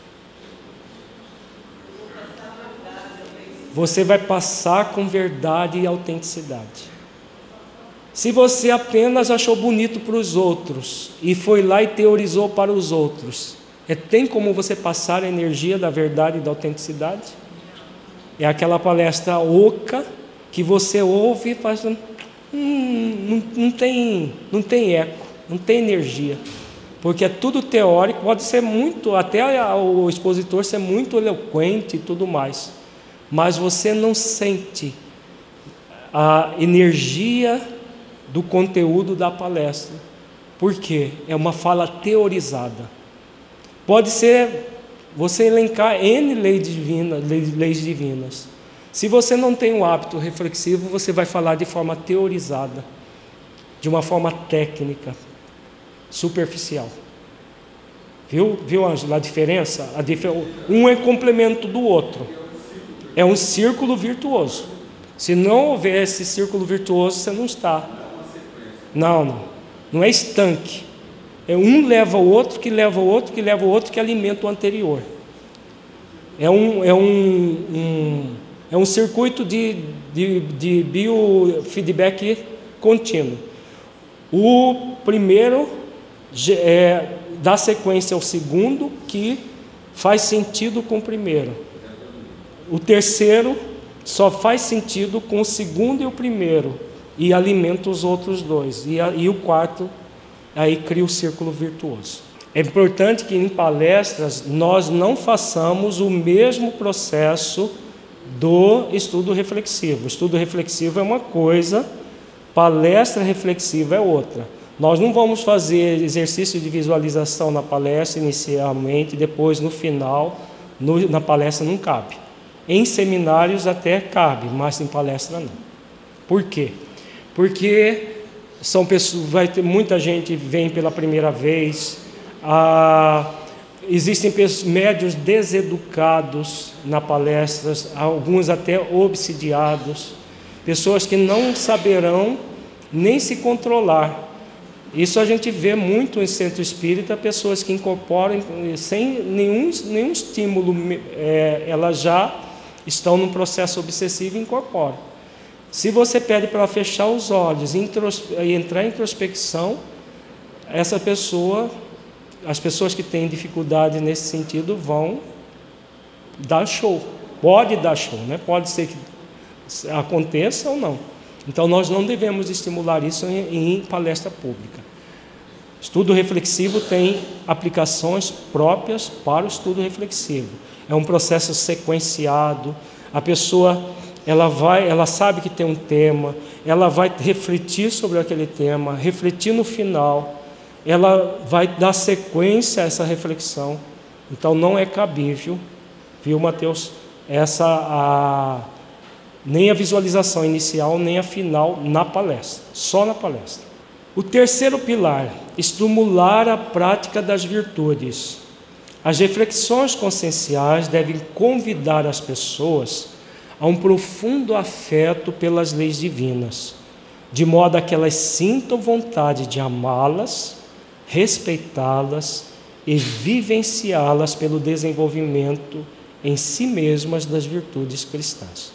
[SPEAKER 1] Você vai passar com verdade e autenticidade. Se você apenas achou bonito para os outros e foi lá e teorizou para os outros, tem como você passar a energia da verdade e da autenticidade? É aquela palestra oca que você ouve e faz, não tem eco, não tem energia, porque é tudo teórico, pode ser muito, até o expositor ser muito eloquente e tudo mais, mas você não sente a energia do conteúdo da palestra. Por quê? É uma fala teorizada. Pode ser você elencar N leis divinas. Se você não tem um hábito reflexivo, você vai falar de forma teorizada, de uma forma técnica, superficial. Viu, Ângela, a diferença? Um é complemento do outro. É um círculo virtuoso. Se não houver esse círculo virtuoso, você não está. Não é estanque. É um leva o outro, que leva o outro, que leva o outro, que alimenta o anterior. É um circuito de biofeedback contínuo. O primeiro dá sequência ao segundo, que faz sentido com o primeiro. O terceiro só faz sentido com o segundo e o primeiro, e alimenta os outros dois. E o quarto, aí cria o círculo virtuoso. É importante que em palestras nós não façamos o mesmo processo do estudo reflexivo. O estudo reflexivo é uma coisa, palestra reflexiva é outra. Nós não vamos fazer exercício de visualização na palestra inicialmente, depois no final, na palestra não cabe. Em seminários até cabe, mas em palestra não. Por quê? Porque são pessoas, muita gente vem pela primeira vez, existem médios deseducados na palestra, alguns até obsidiados, pessoas que não saberão nem se controlar. Isso a gente vê muito em centro espírita, pessoas que incorporam sem nenhum estímulo, elas já estão num processo obsessivo e incorporam. Se você pede para ela fechar os olhos e entrar em introspecção, essa pessoa, as pessoas que têm dificuldade nesse sentido vão dar show. Pode dar show, né? Pode ser que aconteça ou não. Então nós não devemos estimular isso em palestra pública. Estudo reflexivo tem aplicações próprias para o estudo reflexivo. É um processo sequenciado. A pessoa ela sabe que tem um tema, ela vai refletir sobre aquele tema, refletir no final, ela vai dar sequência a essa reflexão. Então não é cabível, viu, Mateus, nem a visualização inicial, nem a final na palestra, só na palestra. O terceiro pilar, estimular a prática das virtudes. As reflexões conscienciais devem convidar as pessoas a um profundo afeto pelas leis divinas, de modo a que elas sintam vontade de amá-las, respeitá-las e vivenciá-las pelo desenvolvimento em si mesmas das virtudes cristãs.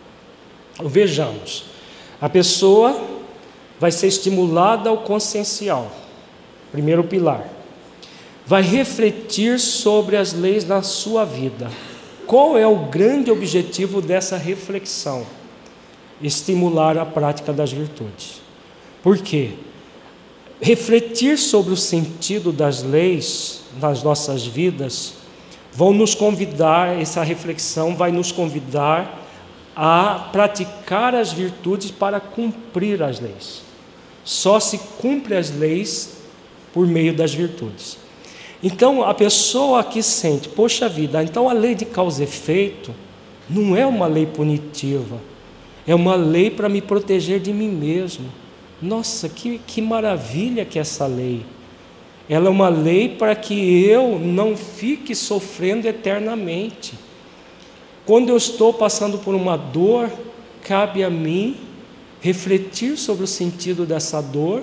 [SPEAKER 1] Vejamos, a pessoa vai ser estimulada ao consciencial, primeiro pilar. Vai refletir sobre as leis na sua vida. Qual é o grande objetivo dessa reflexão? Estimular a prática das virtudes. Por quê? Refletir sobre o sentido das leis nas nossas vidas vão nos convidar, essa reflexão vai nos convidar a praticar as virtudes para cumprir as leis. Só se cumpre as leis por meio das virtudes. Então, a pessoa que sente, poxa vida, então a lei de causa e efeito não é uma lei punitiva, é uma lei para me proteger de mim mesmo. Nossa, que maravilha que é essa lei. Ela é uma lei para que eu não fique sofrendo eternamente. Quando eu estou passando por uma dor, cabe a mim refletir sobre o sentido dessa dor,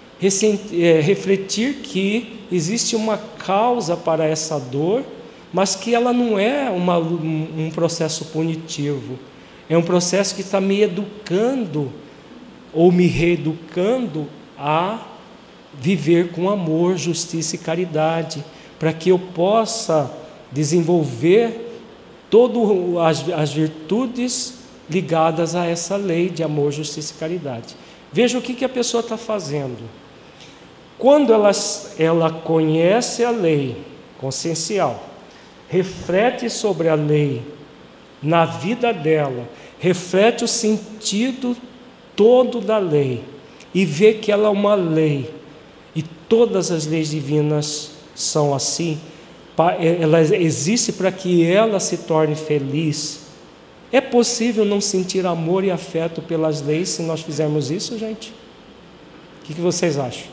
[SPEAKER 1] refletir que existe uma causa para essa dor, mas que ela não é um processo punitivo, é um processo que está me educando ou me reeducando a viver com amor, justiça e caridade, para que eu possa desenvolver todas as virtudes ligadas a essa lei de amor, justiça e caridade. Veja o que a pessoa está fazendo. Quando ela conhece a lei consciencial, reflete sobre a lei na vida dela, reflete o sentido todo da lei e vê que ela é uma lei, e todas as leis divinas são assim, ela existe para que ela se torne feliz. É possível não sentir amor e afeto pelas leis se nós fizermos isso, gente? O que vocês acham?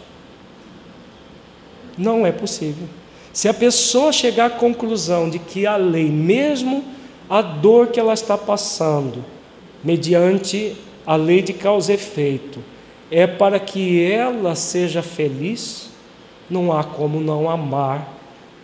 [SPEAKER 1] Não é possível. Se a pessoa chegar à conclusão de que a lei, mesmo a dor que ela está passando, mediante a lei de causa e efeito, é para que ela seja feliz, não há como não amar.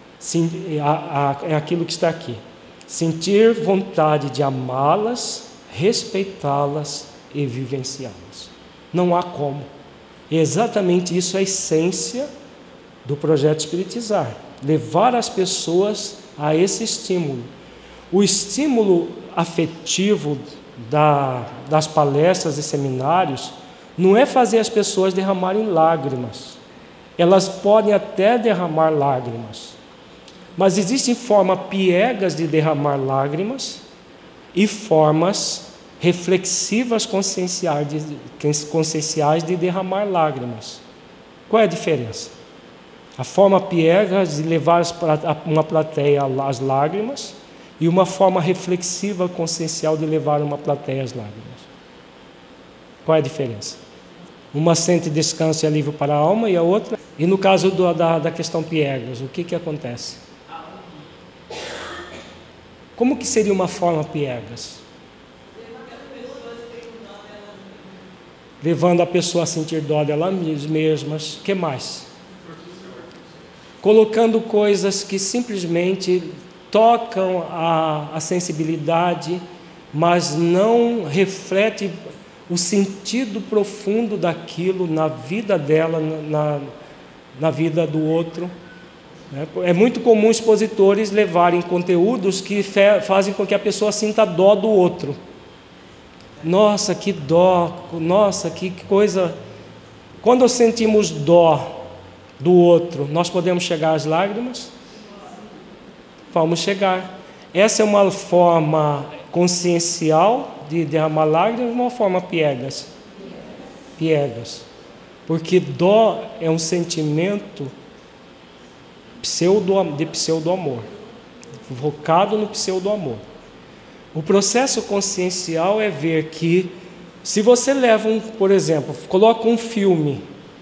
[SPEAKER 1] É aquilo que está aqui. Sentir vontade de amá-las, respeitá-las e vivenciá-las. Não há como. E exatamente isso é a essência do projeto Espiritizar. Levar as pessoas a esse estímulo. O estímulo afetivo das palestras e seminários não é fazer as pessoas derramarem lágrimas. Elas podem até derramar lágrimas, mas existem formas piegas de derramar lágrimas e formas reflexivas conscienciais de derramar lágrimas. Qual é a diferença? A forma piega de levar uma plateia às lágrimas e uma forma reflexiva consciencial de levar uma plateia às lágrimas. Qual é a diferença? Uma sente descanso e alívio para a alma, e a outra... E no caso da questão piegas, o que acontece? Como que seria uma forma piegas? Levando a pessoa a sentir dó delas mesmas. O que mais? Colocando coisas que simplesmente tocam a sensibilidade, mas não reflete o sentido profundo daquilo na vida dela, na vida do outro. É muito comum expositores levarem conteúdos que fazem com que a pessoa sinta dó do outro. Nossa, que dó, nossa, que coisa. Quando sentimos dó do outro, nós podemos chegar às lágrimas? Vamos chegar. Essa é uma forma consciencial de derramar lágrimas, uma forma piegas. Porque dó é um sentimento de pseudo-amor, focado no pseudo-amor. O processo consciencial é ver que, se você leva por exemplo, coloca um filme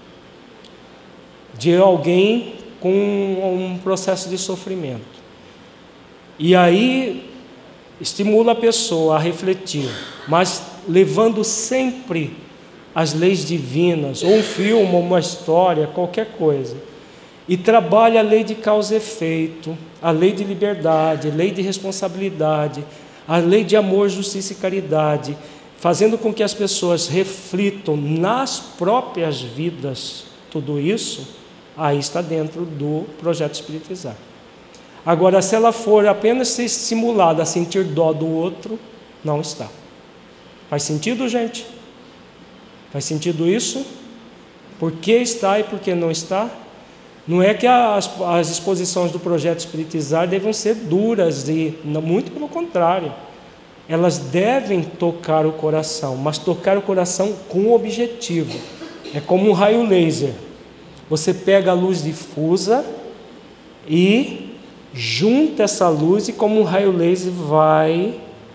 [SPEAKER 1] de alguém com um processo de sofrimento, e aí estimula a pessoa a refletir, mas levando sempre as leis divinas, ou um filme, ou uma história, qualquer coisa, e trabalha a lei de causa e efeito, a lei de liberdade, a lei de responsabilidade, a lei de amor, justiça e caridade, fazendo com que as pessoas reflitam nas próprias vidas tudo isso, aí está dentro do projeto Espiritizar. Agora, se ela for apenas ser estimulada a sentir dó do outro, não está. Faz sentido, gente? Faz sentido isso? Por que está e por que não está? Não é que as exposições do projeto Espiritizar devam ser duras, muito pelo contrário. Elas devem tocar o coração, mas tocar o coração com objetivo. É como um raio laser. Você pega a luz difusa e junta essa luz, e como um raio laser vai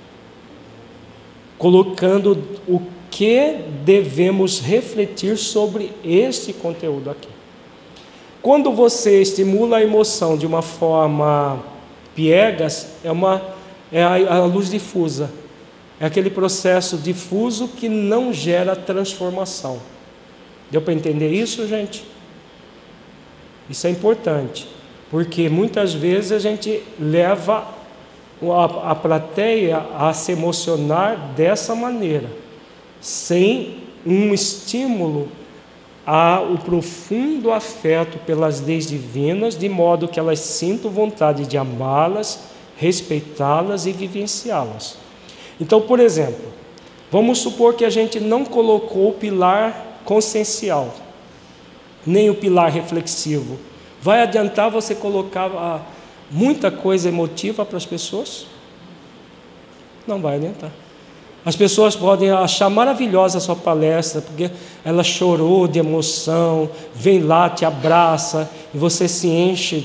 [SPEAKER 1] colocando o que devemos refletir sobre este conteúdo aqui. Quando você estimula a emoção de uma forma piegas, é a luz difusa. É aquele processo difuso que não gera transformação. Deu para entender isso, gente? Isso é importante, porque muitas vezes a gente leva a plateia a se emocionar dessa maneira, sem um estímulo ao profundo afeto pelas leis divinas, de modo que elas sintam vontade de amá-las, respeitá-las e vivenciá-las. Então, por exemplo, vamos supor que a gente não colocou o pilar consciencial, nem o pilar reflexivo. Vai adiantar você colocar muita coisa emotiva para as pessoas? Não vai adiantar. As pessoas podem achar maravilhosa a sua palestra, porque ela chorou de emoção, vem lá, te abraça, e você se enche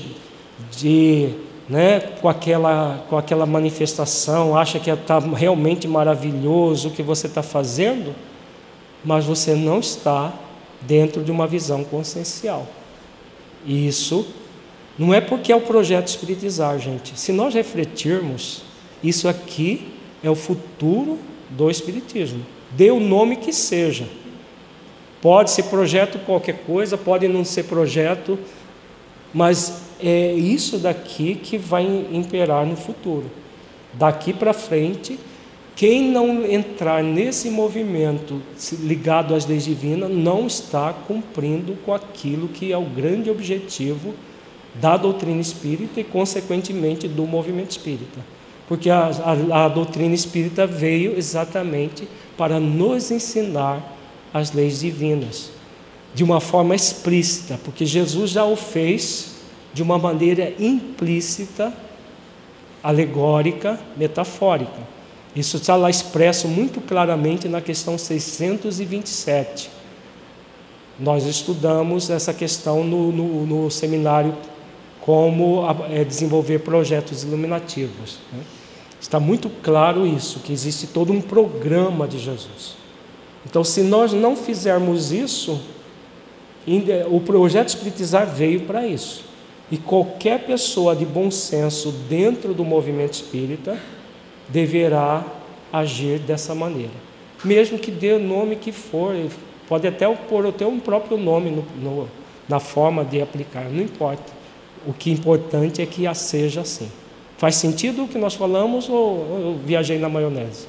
[SPEAKER 1] com aquela manifestação, acha que está realmente maravilhoso o que você está fazendo, mas você não está dentro de uma visão consciencial. E isso não é porque é o projeto Espiritizar, gente. Se nós refletirmos, isso aqui é o futuro do Espiritismo. Dê o nome que seja. Pode ser projeto qualquer coisa, pode não ser projeto, mas é isso daqui que vai imperar no futuro. Daqui para frente, quem não entrar nesse movimento ligado às leis divinas não está cumprindo com aquilo que é o grande objetivo da doutrina espírita e, consequentemente, do movimento espírita. Porque a doutrina espírita veio exatamente para nos ensinar as leis divinas, de uma forma explícita, porque Jesus já o fez de uma maneira implícita, alegórica, metafórica. Isso está lá expresso muito claramente na questão 627. Nós estudamos essa questão no seminário Como desenvolver projetos iluminativos. Está muito claro isso, que existe todo um programa de Jesus. Então, se nós não fizermos isso, o projeto Espiritizar veio para isso. E qualquer pessoa de bom senso dentro do movimento espírita deverá agir dessa maneira, mesmo que dê o nome que for, pode até pôr um próprio nome na forma de aplicar, não importa. O que é importante é que seja assim. Faz sentido o que nós falamos ou eu viajei na maionese?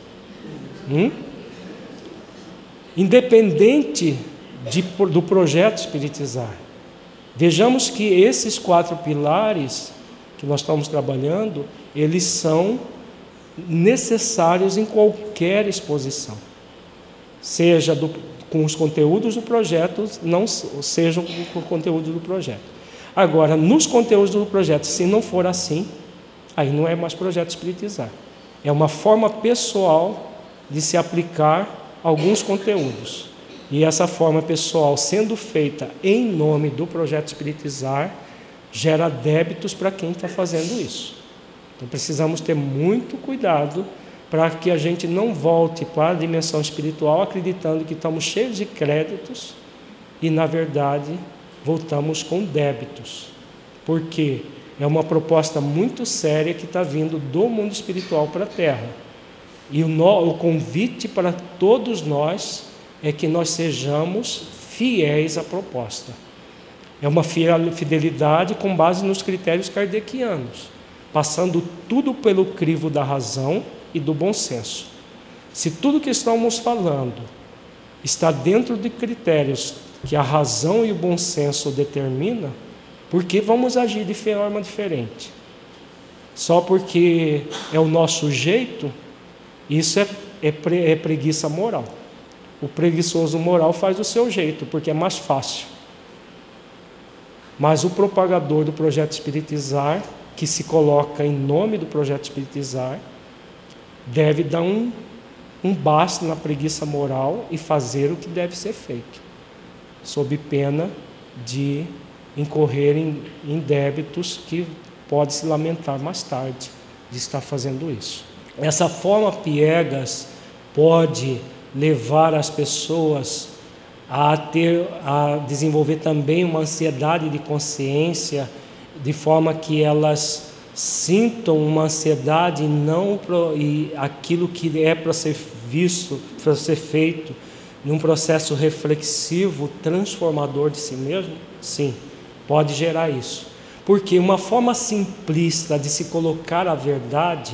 [SPEAKER 1] Independente do projeto Espiritizar, vejamos que esses 4 pilares que nós estamos trabalhando, eles são necessários em qualquer exposição, seja com os conteúdos do projeto, não sejam com o conteúdo do projeto. Agora, nos conteúdos do projeto, se não for assim, aí não é mais projeto Espiritizar. É uma forma pessoal de se aplicar alguns conteúdos. E essa forma pessoal, sendo feita em nome do projeto Espiritizar, gera débitos para quem está fazendo isso. Então precisamos ter muito cuidado para que a gente não volte para a dimensão espiritual acreditando que estamos cheios de créditos e, na verdade, voltamos com débitos. Porque é uma proposta muito séria que está vindo do mundo espiritual para a Terra. E o convite para todos nós é que nós sejamos fiéis à proposta. É uma fidelidade com base nos critérios kardecianos, passando tudo pelo crivo da razão e do bom senso. Se tudo que estamos falando está dentro de critérios que a razão e o bom senso determinam, por que vamos agir de forma diferente? Só porque é o nosso jeito? Isso é preguiça moral. O preguiçoso moral faz do seu jeito, porque é mais fácil. Mas o propagador do projeto Espiritizar, que se coloca em nome do projeto Espiritizar, deve dar um basta na preguiça moral e fazer o que deve ser feito, sob pena de incorrer em débitos que pode se lamentar mais tarde de estar fazendo isso. Essa forma piegas pode levar as pessoas a desenvolver também uma ansiedade de consciência, de forma que elas sintam uma ansiedade e aquilo que é para ser visto, para ser feito, num processo reflexivo, transformador de si mesmo. Sim, pode gerar isso. Porque uma forma simplista de se colocar a verdade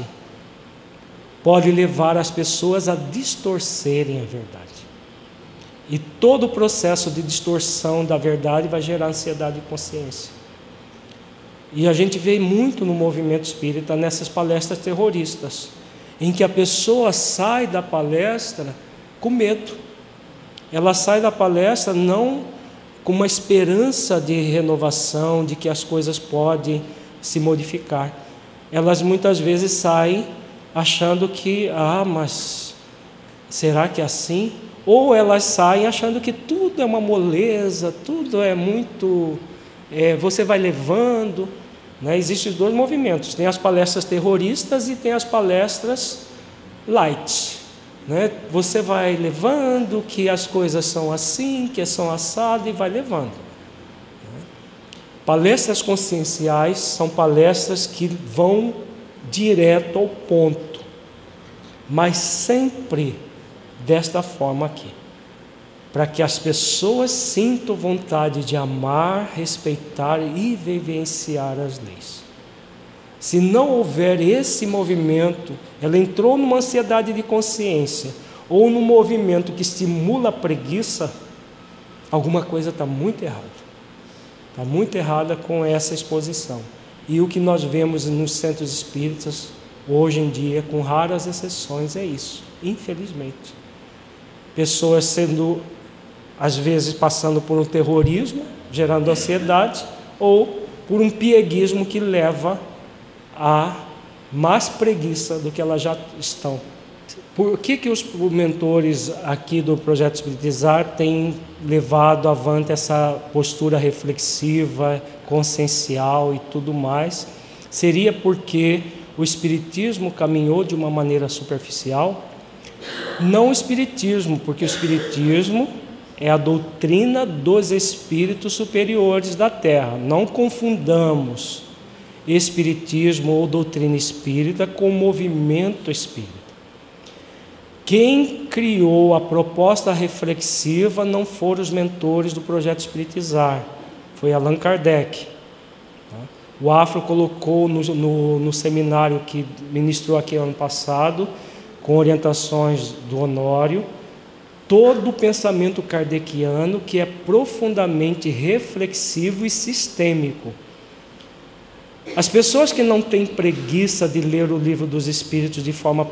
[SPEAKER 1] pode levar as pessoas a distorcerem a verdade. E todo o processo de distorção da verdade vai gerar ansiedade de consciência. E a gente vê muito no movimento espírita nessas palestras terroristas, em que a pessoa sai da palestra com medo. Ela sai da palestra não com uma esperança de renovação, de que as coisas podem se modificar. Elas muitas vezes saem achando que, mas será que é assim? Ou elas saem achando que tudo é uma moleza, tudo é muito... você vai levando, né? Existem os dois movimentos, tem as palestras terroristas e tem as palestras light, né? Você vai levando que as coisas são assim, que são assado, e vai levando. Palestras conscienciais são palestras que vão direto ao ponto, mas sempre desta forma aqui, para que as pessoas sintam vontade de amar, respeitar e vivenciar as leis. Se não houver esse movimento, ela entrou numa ansiedade de consciência ou num movimento que estimula a preguiça, alguma coisa está muito errada. Está muito errada com essa exposição. E o que nós vemos nos centros espíritas hoje em dia, com raras exceções, é isso, infelizmente. Pessoas sendo, às vezes, passando por um terrorismo, gerando ansiedade, ou por um pieguismo que leva a mais preguiça do que elas já estão. Por que os mentores aqui do Projeto Espiritizar têm levado avante essa postura reflexiva, consciencial e tudo mais? Seria porque o Espiritismo caminhou de uma maneira superficial? Não o Espiritismo, porque o Espiritismo é a doutrina dos espíritos superiores da Terra. Não confundamos Espiritismo ou doutrina espírita com movimento espírita. Quem criou a proposta reflexiva não foram os mentores do Projeto Espiritizar, foi Allan Kardec. O Afro colocou no seminário que ministrou aqui ano passado, com orientações do Honório, todo o pensamento kardeciano, que é profundamente reflexivo e sistêmico. As pessoas que não têm preguiça de ler o Livro dos Espíritos de forma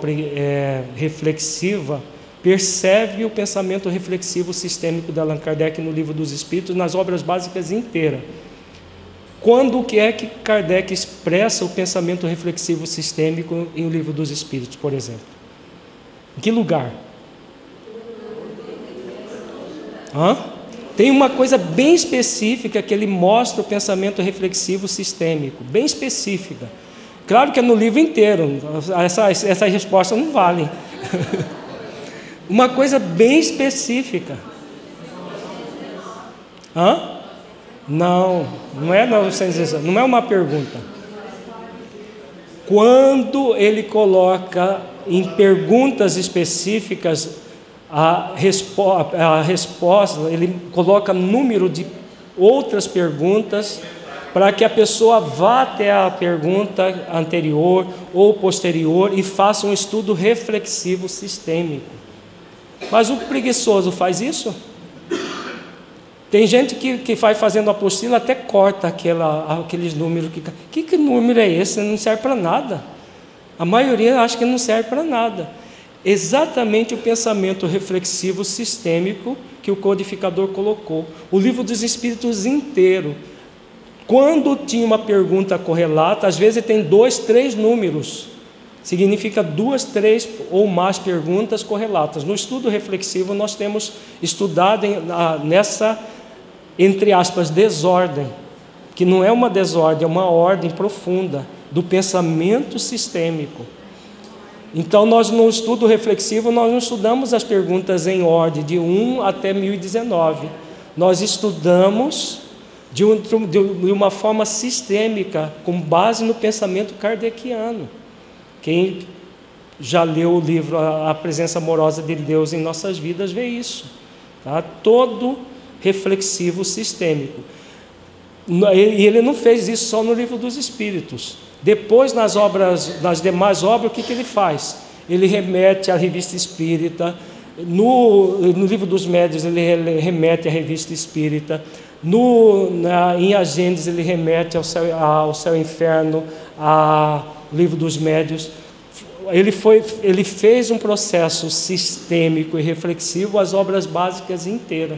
[SPEAKER 1] reflexiva, percebem o pensamento reflexivo sistêmico de Allan Kardec no Livro dos Espíritos, nas obras básicas inteiras. Quando que é que Kardec expressa o pensamento reflexivo sistêmico em O Livro dos Espíritos, por exemplo? Em que lugar? Hã? Tem uma coisa bem específica que ele mostra o pensamento reflexivo sistêmico, bem específica. Claro que é no livro inteiro, essas respostas não valem. Uma coisa bem específica. Hã? Não é 916, não é uma pergunta. Quando ele coloca em perguntas específicas a resposta, ele coloca número de outras perguntas para que a pessoa vá até a pergunta anterior ou posterior e faça um estudo reflexivo sistêmico. Mas o preguiçoso faz isso? Tem gente que vai fazendo apostila, até corta aqueles números. Que número é esse? Não serve para nada. A maioria acha que não serve para nada. Exatamente o pensamento reflexivo sistêmico que o codificador colocou. O Livro dos Espíritos inteiro, quando tinha uma pergunta correlata, às vezes tem 2, 3 números. Significa 2, 3 ou mais perguntas correlatas. No estudo reflexivo nós temos estudado nessa, entre aspas, desordem, que não é uma desordem, é uma ordem profunda do pensamento sistêmico. Então nós no estudo reflexivo nós não estudamos as perguntas em ordem de 1 até 1019. Nós estudamos de uma forma sistêmica, com base no pensamento kardeciano. Quem já leu o livro A Presença Amorosa de Deus em Nossas Vidas vê isso, tá? Todo reflexivo sistêmico. E ele não fez isso só no Livro dos Espíritos. Depois, nas demais obras, o que ele faz? Ele remete à Revista Espírita. No Livro dos Médiuns ele remete à Revista Espírita. Em Agênesis ele remete ao Céu e Inferno, ao Livro dos Médiuns. Ele fez um processo sistêmico e reflexivo às obras básicas inteiras.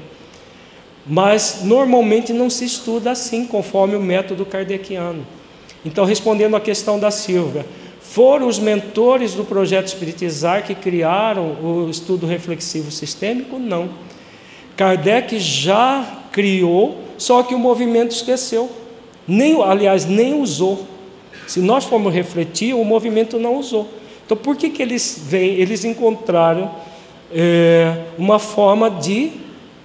[SPEAKER 1] Mas normalmente não se estuda assim, conforme o método kardeciano. Então, respondendo à questão da Silvia, foram os mentores do projeto Espiritizar que criaram o estudo reflexivo sistêmico? Não. Kardec já criou, só que o movimento esqueceu. Nem usou. Se nós formos refletir, o movimento não usou. Então, por que eles vêm? Eles encontraram uma forma de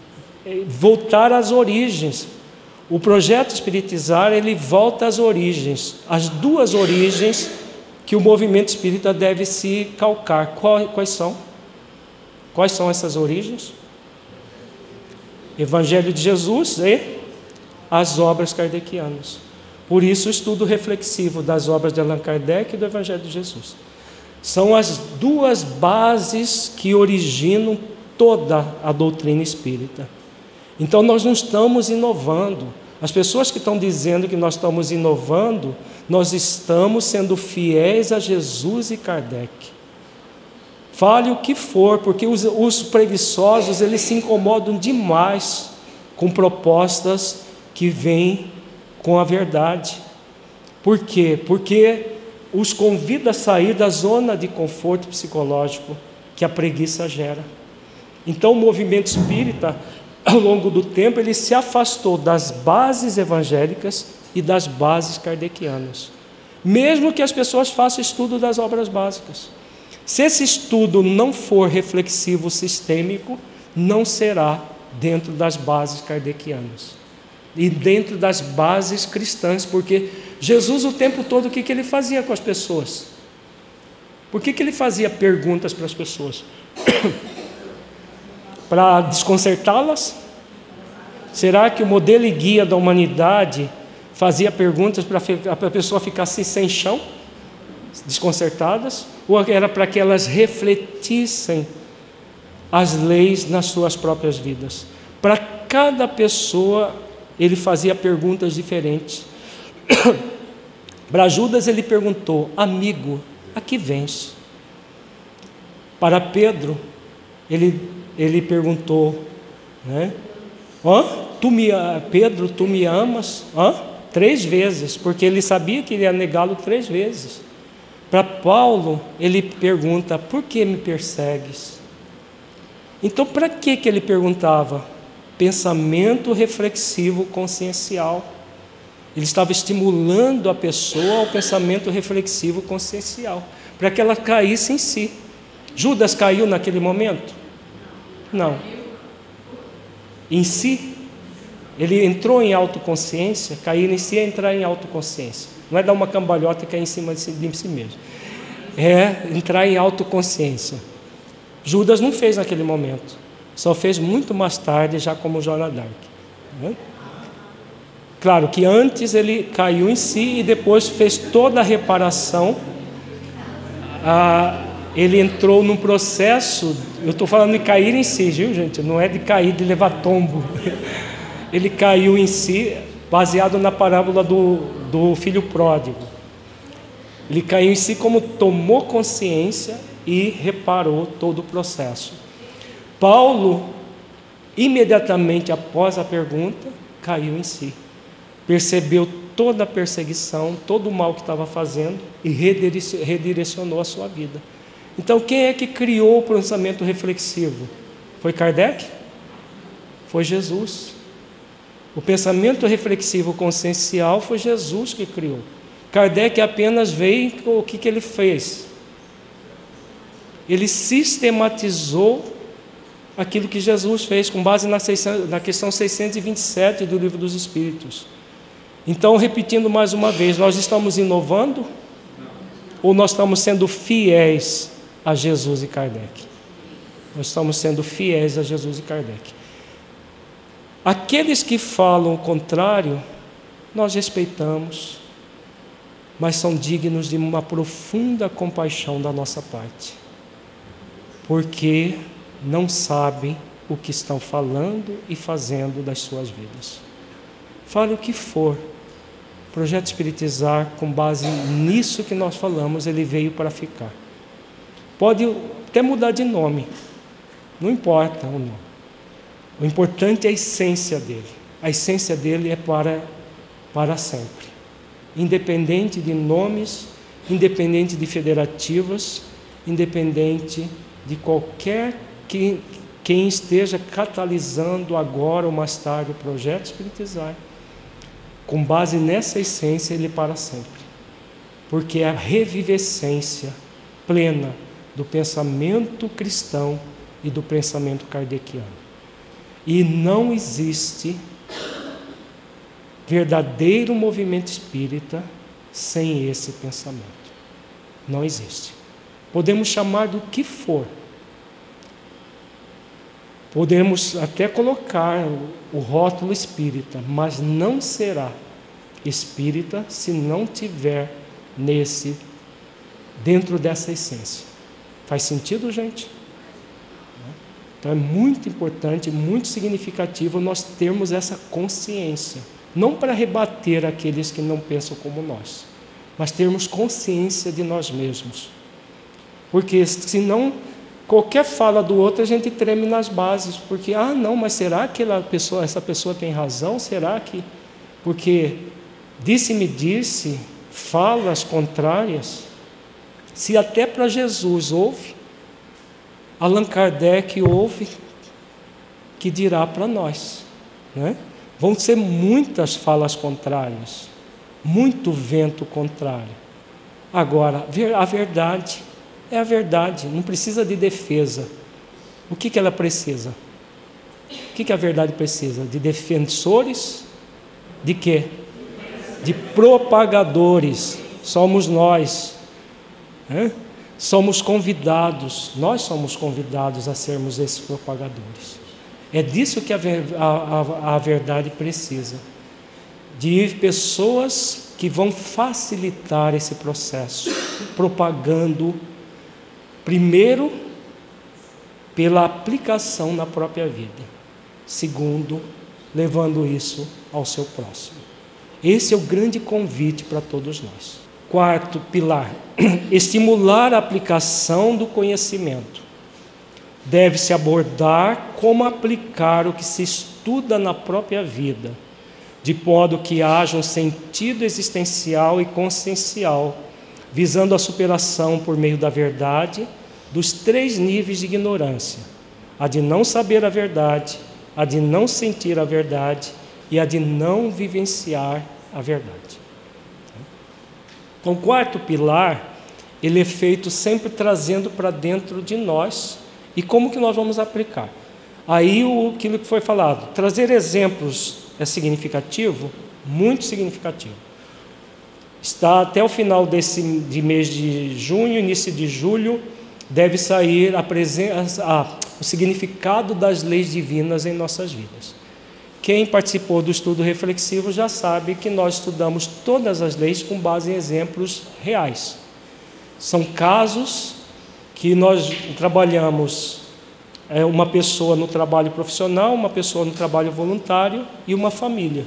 [SPEAKER 1] voltar às origens. O projeto Espiritizar, ele volta às origens, as 2 origens que o movimento espírita deve se calcar. Quais são? Quais são essas origens? Evangelho de Jesus e as obras kardecianas. Por isso o estudo reflexivo das obras de Allan Kardec e do Evangelho de Jesus. São as 2 bases que originam toda a doutrina espírita. Então nós não estamos inovando. As pessoas que estão dizendo que nós estamos inovando, nós estamos sendo fiéis a Jesus e Kardec. Fale o que for, porque os preguiçosos, eles se incomodam demais com propostas que vêm com a verdade. Por quê? Porque os convida a sair da zona de conforto psicológico que a preguiça gera. Então o movimento espírita, ao longo do tempo, ele se afastou das bases evangélicas e das bases kardecianas. Mesmo que as pessoas façam estudo das obras básicas. Se esse estudo não for reflexivo sistêmico, não será dentro das bases kardecianas. E dentro das bases cristãs, porque Jesus o tempo todo, o que ele fazia com as pessoas? Por que ele fazia perguntas para as pessoas? Para desconcertá-las? Será que o modelo e guia da humanidade fazia perguntas para a pessoa ficar assim, sem chão, desconcertadas? Ou era para que elas refletissem as leis nas suas próprias vidas? Para cada pessoa ele fazia perguntas diferentes. Para Judas ele perguntou: amigo, a que vens? Para Pedro ele perguntou, né? Pedro, tu me amas? 3 vezes, porque ele sabia que ele ia negá-lo 3 vezes. Para Paulo, ele pergunta: por que me persegues? Então, para que ele perguntava? pensamento reflexivo consciencial. Ele estava estimulando a pessoa ao pensamento reflexivo consciencial, para que ela caísse em si. Judas caiu naquele momento? Não. Em si, ele entrou em autoconsciência. Cair em si é entrar em autoconsciência. Não é dar uma cambalhota e cair em cima de si mesmo. É entrar em autoconsciência. Judas não fez naquele momento. Só fez muito mais tarde, já como Joana d'Arc. Claro que antes ele caiu em si e depois fez toda a reparação. Ele entrou num processo, eu estou falando de cair em si, viu, gente? Não é de cair, de levar tombo. Ele caiu em si, baseado na parábola do filho pródigo. Ele caiu em si como tomou consciência e reparou todo o processo. Paulo, imediatamente após a pergunta, caiu em si. Percebeu toda a perseguição, todo o mal que estava fazendo e redirecionou a sua vida. Então, quem é que criou o pensamento reflexivo? Foi Kardec? Foi Jesus. O pensamento reflexivo consciencial foi Jesus que criou. Kardec apenas veio, o que ele fez? Ele sistematizou aquilo que Jesus fez, com base na questão 627 do Livro dos Espíritos. Então, repetindo mais uma vez, nós estamos inovando? Ou nós estamos sendo fiéis a Jesus e Kardec? Nós estamos sendo fiéis a Jesus e Kardec. Aqueles que falam o contrário, nós respeitamos, mas são dignos de uma profunda compaixão da nossa parte, porque não sabem o que estão falando e fazendo das suas vidas. Fale o que for. O Projeto Espiritizar, com base nisso que nós falamos, ele veio para ficar. Pode até mudar de nome, não importa o nome. O importante é a essência dele. A essência dele é para sempre. Independente de nomes, independente de federativas, independente de qualquer quem esteja catalisando agora ou mais tarde o Projeto Espiritizar. Com base nessa essência, ele é para sempre. Porque é a revivescência plena do pensamento cristão e do pensamento kardeciano. E não existe verdadeiro movimento espírita sem esse pensamento. Não existe. Podemos chamar do que for. Podemos até colocar o rótulo espírita, mas não será espírita se não tiver dentro dessa essência. Faz sentido, gente? Então é muito importante, muito significativo nós termos essa consciência. Não para rebater aqueles que não pensam como nós, mas termos consciência de nós mesmos. Porque senão, qualquer fala do outro, a gente treme nas bases. Porque, não, mas será que essa pessoa tem razão? Será que... Porque disse-me disse, falas contrárias. Se até para Jesus houve, Allan Kardec houve, que dirá para nós, né? Vão ser muitas falas contrárias, muito vento contrário. Agora, a verdade é a verdade, não precisa de defesa. O que ela precisa? O que a verdade precisa? De defensores? De quê? De propagadores. Somos nós, né? Somos convidados, nós somos convidados a sermos esses propagadores. É disso que a verdade precisa, de pessoas que vão facilitar esse processo, propagando, primeiro, pela aplicação na própria vida, segundo, levando isso ao seu próximo. Esse é o grande convite para todos nós. Quarto pilar, estimular a aplicação do conhecimento. Deve-se abordar como aplicar o que se estuda na própria vida, de modo que haja um sentido existencial e consciencial, visando a superação por meio da verdade dos 3 níveis de ignorância: a de não saber a verdade, a de não sentir a verdade e a de não vivenciar a verdade. Então, o quarto pilar, ele é feito sempre trazendo para dentro de nós. E como que nós vamos aplicar? Aí aquilo que foi falado, trazer exemplos é significativo, muito significativo. Está até o final de mês de junho, início de julho, deve sair o significado das leis divinas em nossas vidas. Quem participou do estudo reflexivo já sabe que nós estudamos todas as leis com base em exemplos reais. São casos que nós trabalhamos, uma pessoa no trabalho profissional, uma pessoa no trabalho voluntário e uma família,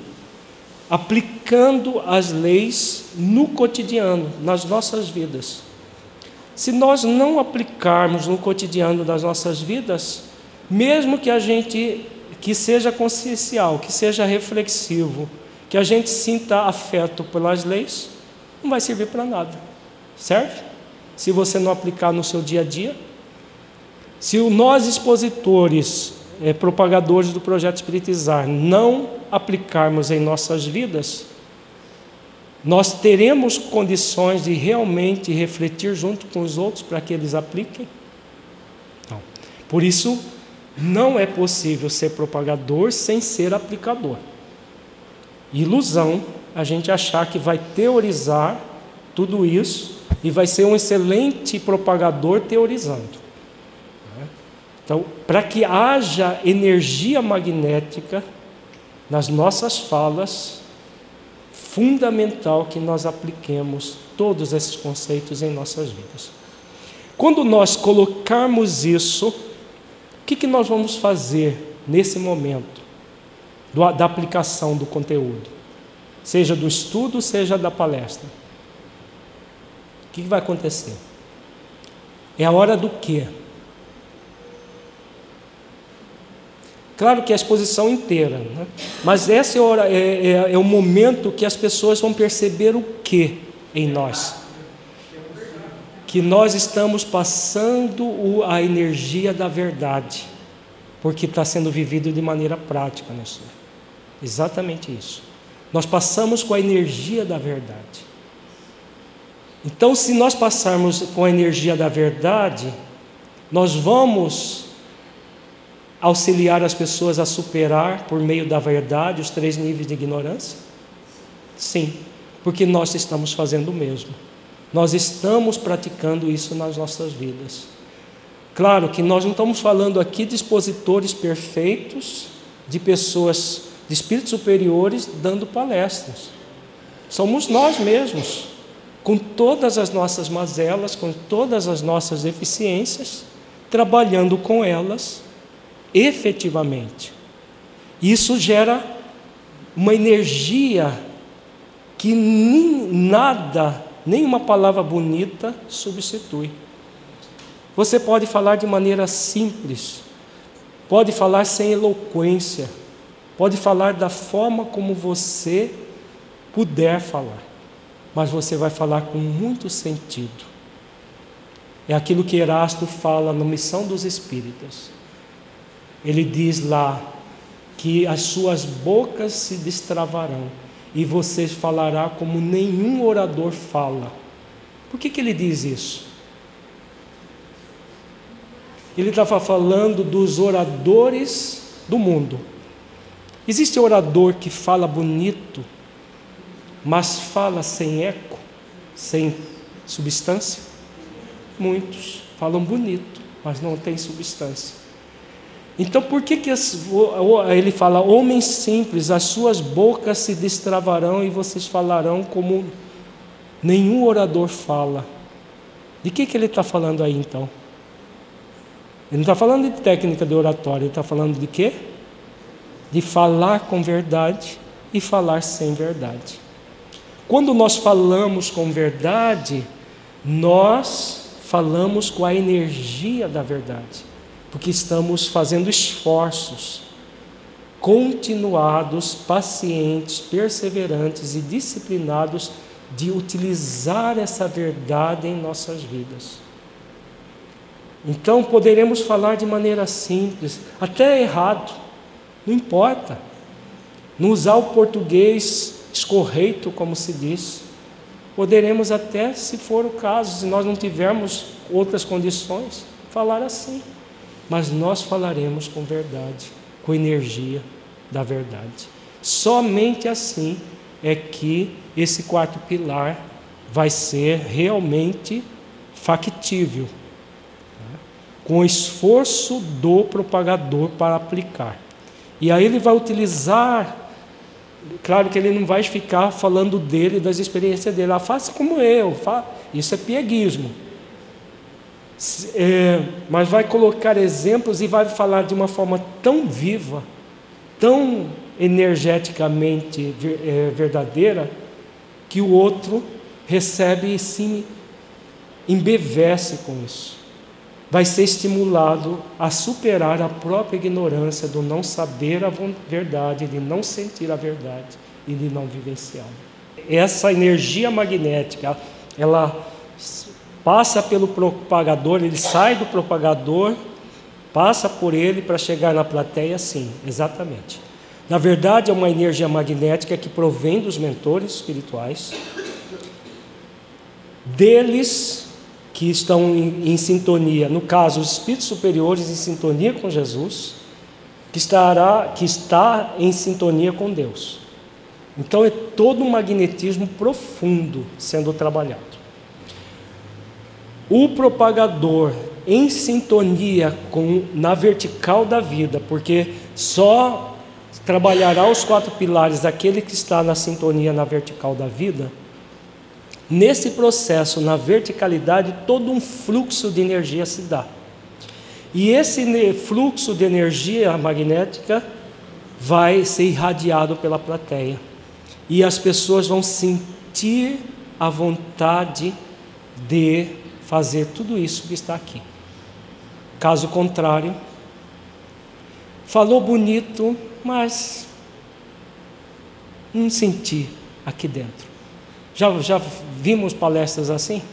[SPEAKER 1] aplicando as leis no cotidiano, nas nossas vidas. Se nós não aplicarmos no cotidiano das nossas vidas, mesmo que seja consciencial, que seja reflexivo, que a gente sinta afeto pelas leis, não vai servir para nada. Serve? Se você não aplicar no seu dia a dia. Se nós expositores, propagadores do projeto Espiritizar, não aplicarmos em nossas vidas, nós teremos condições de realmente refletir junto com os outros para que eles apliquem? Não. Por isso, não é possível ser propagador sem ser aplicador. Ilusão a gente achar que vai teorizar tudo isso e vai ser um excelente propagador teorizando. Então, para que haja energia magnética nas nossas falas, fundamental que nós apliquemos todos esses conceitos em nossas vidas. Quando nós colocarmos isso, o que nós vamos fazer nesse momento da aplicação do conteúdo? Seja do estudo, seja da palestra. O que vai acontecer? É a hora do quê? Claro que é a exposição inteira, né? Mas essa é o momento que as pessoas vão perceber o que em nós? Que nós estamos passando a energia da verdade, porque está sendo vivido de maneira prática, né, senhor? Exatamente isso. Nós passamos com a energia da verdade. Então, se nós passarmos com a energia da verdade, nós vamos auxiliar as pessoas a superar, por meio da verdade, os 3 níveis de ignorância? Sim, porque nós estamos fazendo o mesmo. Nós estamos praticando isso nas nossas vidas. Claro que nós não estamos falando aqui de expositores perfeitos, de pessoas, de espíritos superiores dando palestras. Somos nós mesmos, com todas as nossas mazelas, com todas as nossas deficiências, trabalhando com elas efetivamente. Isso gera uma energia que nenhuma palavra bonita substitui. Você pode falar de maneira simples, pode falar sem eloquência, pode falar da forma como você puder falar, mas você vai falar com muito sentido. É aquilo que Erasto fala na Missão dos Espíritas. Ele diz lá que as suas bocas se destravarão e você falará como nenhum orador fala. Por que ele diz isso? Ele estava falando dos oradores do mundo. Existe orador que fala bonito, mas fala sem eco, sem substância? Muitos falam bonito, mas não tem substância. Então, por que ele fala, homens simples, as suas bocas se destravarão e vocês falarão como nenhum orador fala? De que ele está falando aí, então? Ele não está falando de técnica de oratória, ele está falando de quê? De falar com verdade e falar sem verdade. Quando nós falamos com verdade, nós falamos com a energia da verdade. Porque estamos fazendo esforços continuados, pacientes, perseverantes e disciplinados de utilizar essa verdade em nossas vidas. Então poderemos falar de maneira simples, até errado, Não importa. Não usar o português escorreito, como se diz. Poderemos até, se for o caso, se nós não tivermos outras condições, falar assim. Mas nós falaremos com verdade, com energia da verdade. Somente assim é que esse quarto pilar vai ser realmente factível, com o esforço do propagador para aplicar. E aí ele vai utilizar, claro que ele não vai ficar falando dele, das experiências dele, faça como eu, isso é pieguismo. Mas vai colocar exemplos e vai falar de uma forma tão viva, tão energeticamente verdadeira, que o outro recebe e se embevece com isso. Vai ser estimulado a superar a própria ignorância do não saber a verdade, de não sentir a verdade e de não vivenciá-la. Essa energia magnética, ela passa pelo propagador, ele sai do propagador, passa por ele para chegar na plateia, sim, exatamente. Na verdade, é uma energia magnética que provém dos mentores espirituais, deles que estão em sintonia, no caso, os espíritos superiores em sintonia com Jesus, que está em sintonia com Deus. Então é todo um magnetismo profundo sendo trabalhado. O propagador em sintonia na vertical da vida, porque só trabalhará os 4 pilares aquele que está na sintonia na vertical da vida. Nesse processo, na verticalidade, todo um fluxo de energia se dá. E esse fluxo de energia magnética vai ser irradiado pela plateia. E as pessoas vão sentir a vontade de fazer tudo isso que está aqui. Caso contrário, falou bonito, mas não senti aqui dentro. Já vimos palestras assim?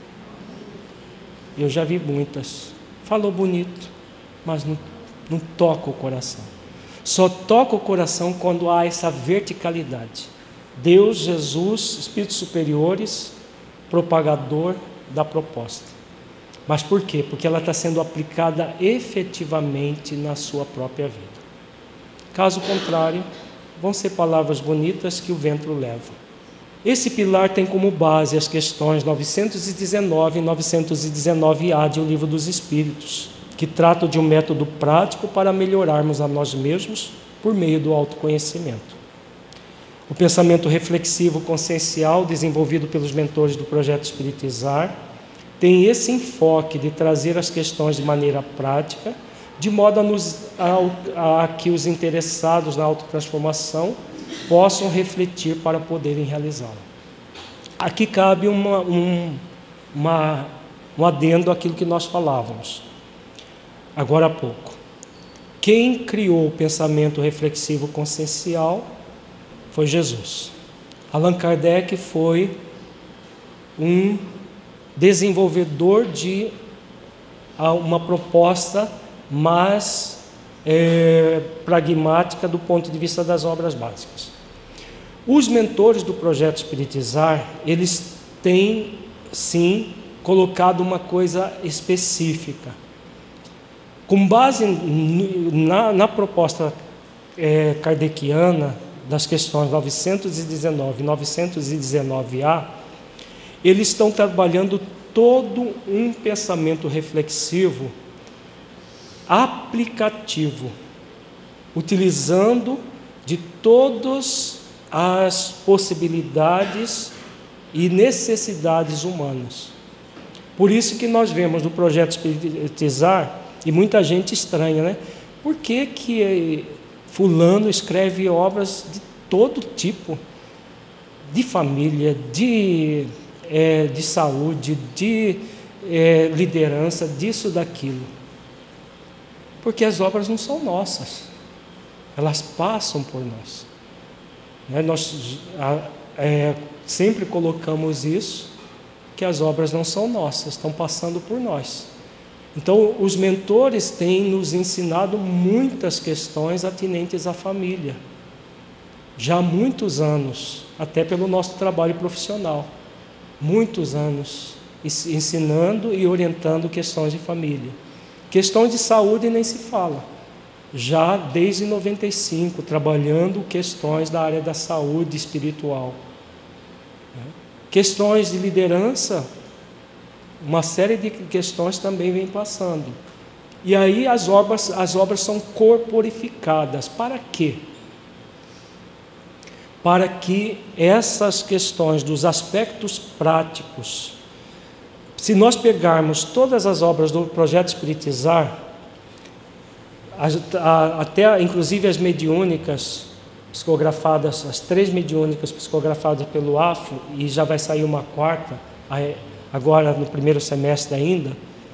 [SPEAKER 1] Eu já vi muitas. Falou bonito, mas não toca o coração. Só toca o coração quando há essa verticalidade. Deus, Jesus, espíritos superiores, propagador da proposta. Mas por quê? Porque ela está sendo aplicada efetivamente na sua própria vida. Caso contrário, vão ser palavras bonitas que o vento leva. Esse pilar tem como base as questões 919 e 919A de O Livro dos Espíritos, que tratam de um método prático para melhorarmos a nós mesmos por meio do autoconhecimento. O pensamento reflexivo consciencial, desenvolvido pelos mentores do Projeto Espiritizar, tem esse enfoque de trazer as questões de maneira prática, de modo a que os interessados na autotransformação possam refletir para poderem realizá-la. Aqui cabe um adendo àquilo que nós falávamos agora há pouco. Quem criou o pensamento reflexivo consciencial foi Jesus. Allan Kardec foi um desenvolvedor de uma proposta mais pragmática do ponto de vista das obras básicas. Os mentores do Projeto Espiritizar, eles têm, sim, colocado uma coisa específica. Com base na proposta kardeciana, das questões 919 e 919A, eles estão trabalhando todo um pensamento reflexivo aplicativo, utilizando de todas as possibilidades e necessidades humanas. Por isso que nós vemos no Projeto Espiritizar, e muita gente estranha, né? Por que fulano escreve obras de todo tipo, de família, de saúde, de liderança, disso, daquilo? Porque as obras não são nossas, elas passam por nós. Nós sempre colocamos isso, que as obras não são nossas, estão passando por nós. Então, os mentores têm nos ensinado muitas questões atinentes à família, já há muitos anos, até pelo nosso trabalho profissional, muitos anos ensinando e orientando questões de família. Questões de saúde nem se fala, já desde 95, trabalhando questões da área da saúde espiritual. Questões de liderança, uma série de questões também vem passando. E aí as obras são corporificadas. Para quê? Para que essas questões dos aspectos práticos, se nós pegarmos todas as obras do Projeto Espiritizar, até inclusive as mediúnicas psicografadas, as 3 mediúnicas psicografadas pelo AFO, e já vai sair uma 4ª, agora no primeiro semestre ainda,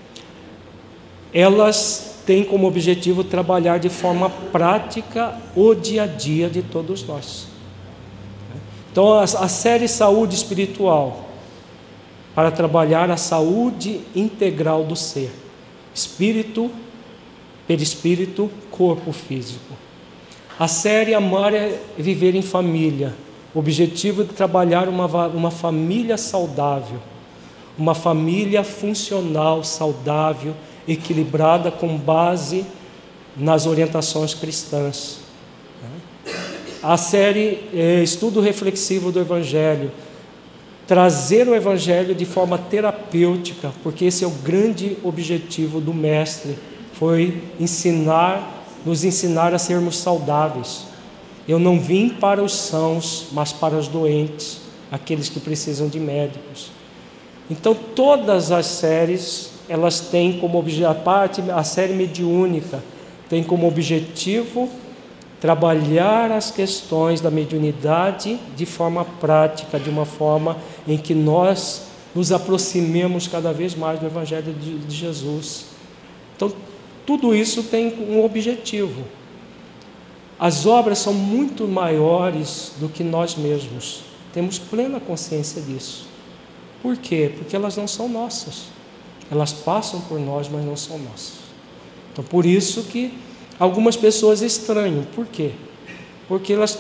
[SPEAKER 1] elas têm como objetivo trabalhar de forma prática o dia a dia de todos nós. Então a série Saúde Espiritual, para trabalhar a saúde integral do ser, espírito, perispírito, corpo físico. A série Amar é Viver em Família, o objetivo de trabalhar uma família saudável, uma família funcional, saudável, equilibrada com base nas orientações cristãs. A série Estudo Reflexivo do Evangelho, trazer o Evangelho de forma terapêutica, porque esse é o grande objetivo do Mestre, foi nos ensinar a sermos saudáveis. Eu não vim para os sãos, mas para os doentes, aqueles que precisam de médicos. Então todas as séries, elas têm como objetivo, a série mediúnica tem como objetivo trabalhar as questões da mediunidade de forma prática, de uma forma em que nós nos aproximemos cada vez mais do Evangelho de Jesus. Então tudo isso tem um objetivo. As obras são muito maiores do que nós mesmos, temos plena consciência disso. Por quê? Porque elas não são nossas. Elas passam por nós, mas não são nossas. Então, por isso que algumas pessoas estranham. Por quê? Porque elas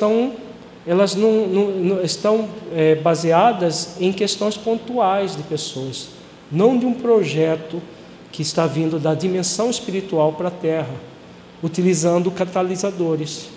[SPEAKER 1] não estão baseadas em questões pontuais de pessoas, não de um projeto que está vindo da dimensão espiritual para a Terra, utilizando catalisadores.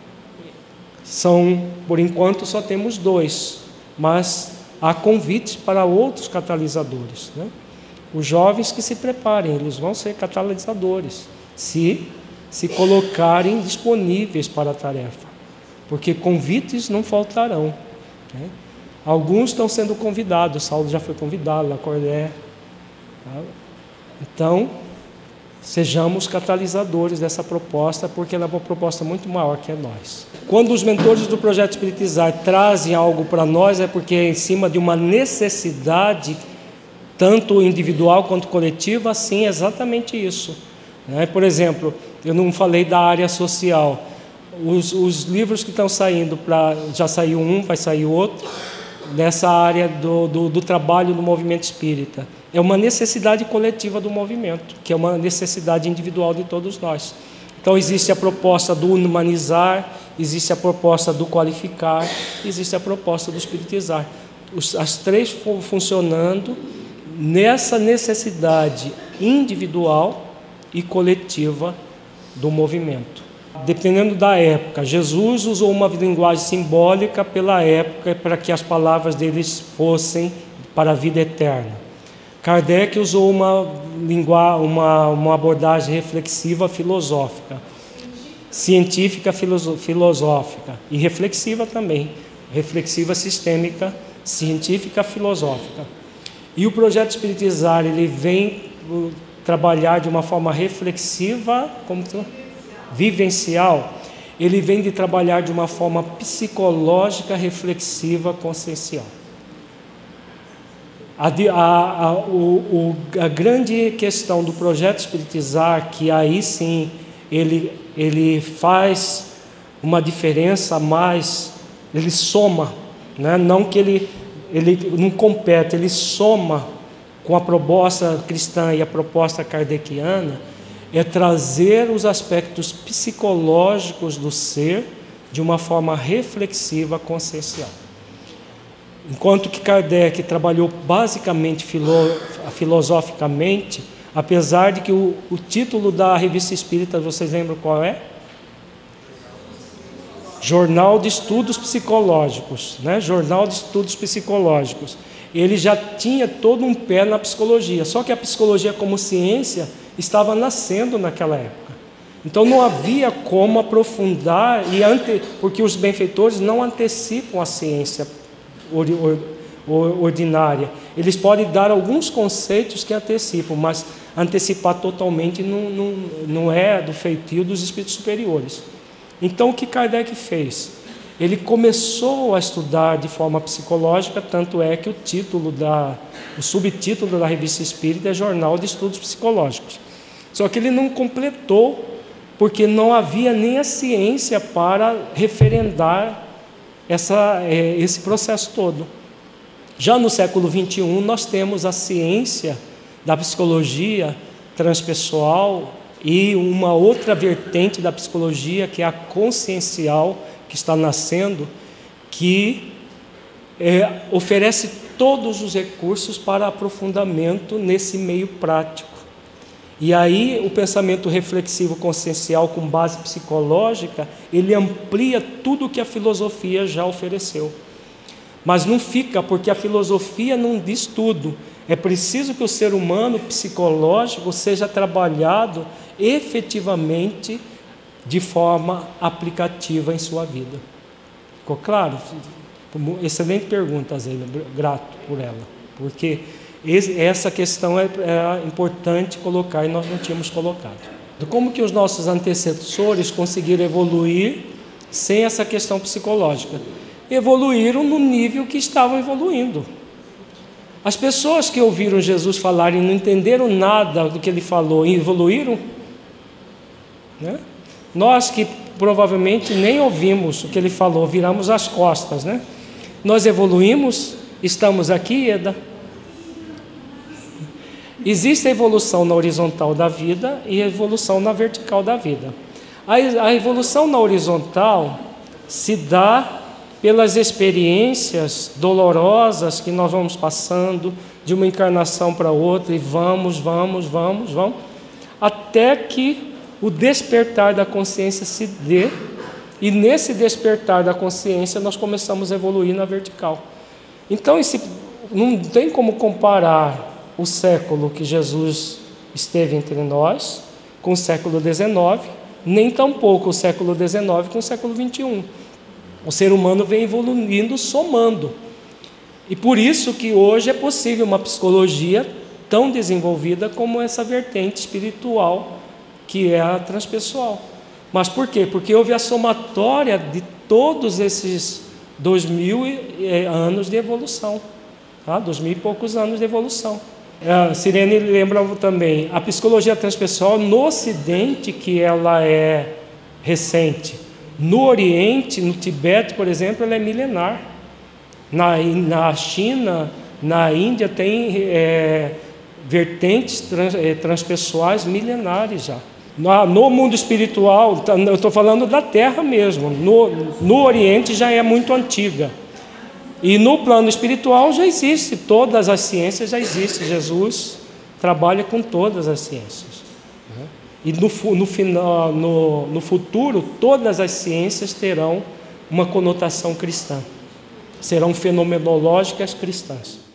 [SPEAKER 1] Por enquanto, só temos 2, mas há convites para outros catalisadores, né? Os jovens que se preparem, eles vão ser catalisadores, se colocarem disponíveis para a tarefa, porque convites não faltarão, né? Alguns estão sendo convidados, Saulo já foi convidado, Lacordé, tá? Então, sejamos catalisadores dessa proposta, porque ela é uma proposta muito maior que nós. Quando os mentores do Projeto Espiritizar trazem algo para nós, é porque é em cima de uma necessidade, tanto individual quanto coletiva, sim, exatamente isso, né? Por exemplo, eu não falei da área social. Os livros que estão saindo, já saiu um, vai sair outro, nessa área do trabalho do movimento espírita. É uma necessidade coletiva do movimento, que é uma necessidade individual de todos nós. Então existe a proposta do humanizar, existe a proposta do qualificar, existe a proposta do espiritizar. As 3 funcionando nessa necessidade individual e coletiva do movimento. Dependendo da época, Jesus usou uma linguagem simbólica pela época para que as palavras deles fossem para a vida eterna. Kardec usou uma abordagem reflexiva filosófica, científica filosófica e reflexiva também, reflexiva sistêmica, científica filosófica. E o Projeto Espiritizar, ele vem trabalhar de uma forma reflexiva, vivencial, ele vem de trabalhar de uma forma psicológica, reflexiva, consciencial. A grande questão do Projeto Espiritizar, que aí sim ele faz uma diferença a mais, ele soma, né? Não que ele não compete, ele soma com a proposta cristã e a proposta kardeciana, é trazer os aspectos psicológicos do ser de uma forma reflexiva, consciencial. Enquanto que Kardec trabalhou basicamente filosoficamente, apesar de que o título da Revista Espírita, vocês lembram qual é? Jornal de Estudos Psicológicos, né? Jornal de Estudos Psicológicos. Ele já tinha todo um pé na psicologia, só que a psicologia como ciência estava nascendo naquela época. Então não havia como aprofundar, porque os benfeitores não antecipam a ciência ordinária. Eles podem dar alguns conceitos que antecipam, mas antecipar totalmente não é do feitio dos espíritos superiores. Então o que Kardec fez? Ele começou a estudar de forma psicológica, tanto é que o subtítulo da Revista Espírita é Jornal de Estudos Psicológicos. Só que ele não completou, porque não havia nem a ciência para referendar esse processo todo. Já no século XXI, nós temos a ciência da psicologia transpessoal e uma outra vertente da psicologia, que é a consciencial, que está nascendo, que oferece todos os recursos para aprofundamento nesse meio prático. E aí o pensamento reflexivo consciencial com base psicológica, ele amplia tudo o que a filosofia já ofereceu. Mas não fica, porque a filosofia não diz tudo. É preciso que o ser humano psicológico seja trabalhado efetivamente de forma aplicativa em sua vida. Ficou claro? Excelente pergunta, Zélia, grato por ela, porque essa questão é importante colocar e nós não tínhamos colocado. Como que os nossos antecessores conseguiram evoluir sem essa questão psicológica? Evoluíram no nível que estavam evoluindo. As pessoas que ouviram Jesus falar e não entenderam nada do que ele falou e evoluíram, né? Nós que provavelmente nem ouvimos o que ele falou, viramos as costas, né? Nós evoluímos, estamos aqui, Eda. Existe a evolução na horizontal da vida e a evolução na vertical da vida. A evolução na horizontal se dá pelas experiências dolorosas que nós vamos passando de uma encarnação para outra, e vamos, até que o despertar da consciência se dê, e nesse despertar da consciência nós começamos a evoluir na vertical. Então não tem como comparar o século que Jesus esteve entre nós com o século XIX, nem tampouco o século XIX com o século XXI. O ser humano vem evoluindo, somando. E por isso que hoje é possível uma psicologia tão desenvolvida como essa vertente espiritual, que é a transpessoal. Mas por quê? Porque houve a somatória de todos esses 2000 anos de evolução, tá? 2000 e poucos anos de evolução. A Sirene lembra também, a psicologia transpessoal no Ocidente, que ela é recente. No Oriente, no Tibete, por exemplo, ela é milenar. Na China, na Índia, tem vertentes transpessoais milenares já. No mundo espiritual, eu estou falando da Terra mesmo, no Oriente já é muito antiga. E no plano espiritual já existe, todas as ciências já existem. Jesus trabalha com todas as ciências. E no futuro, todas as ciências terão uma conotação cristã. Serão fenomenológicas cristãs.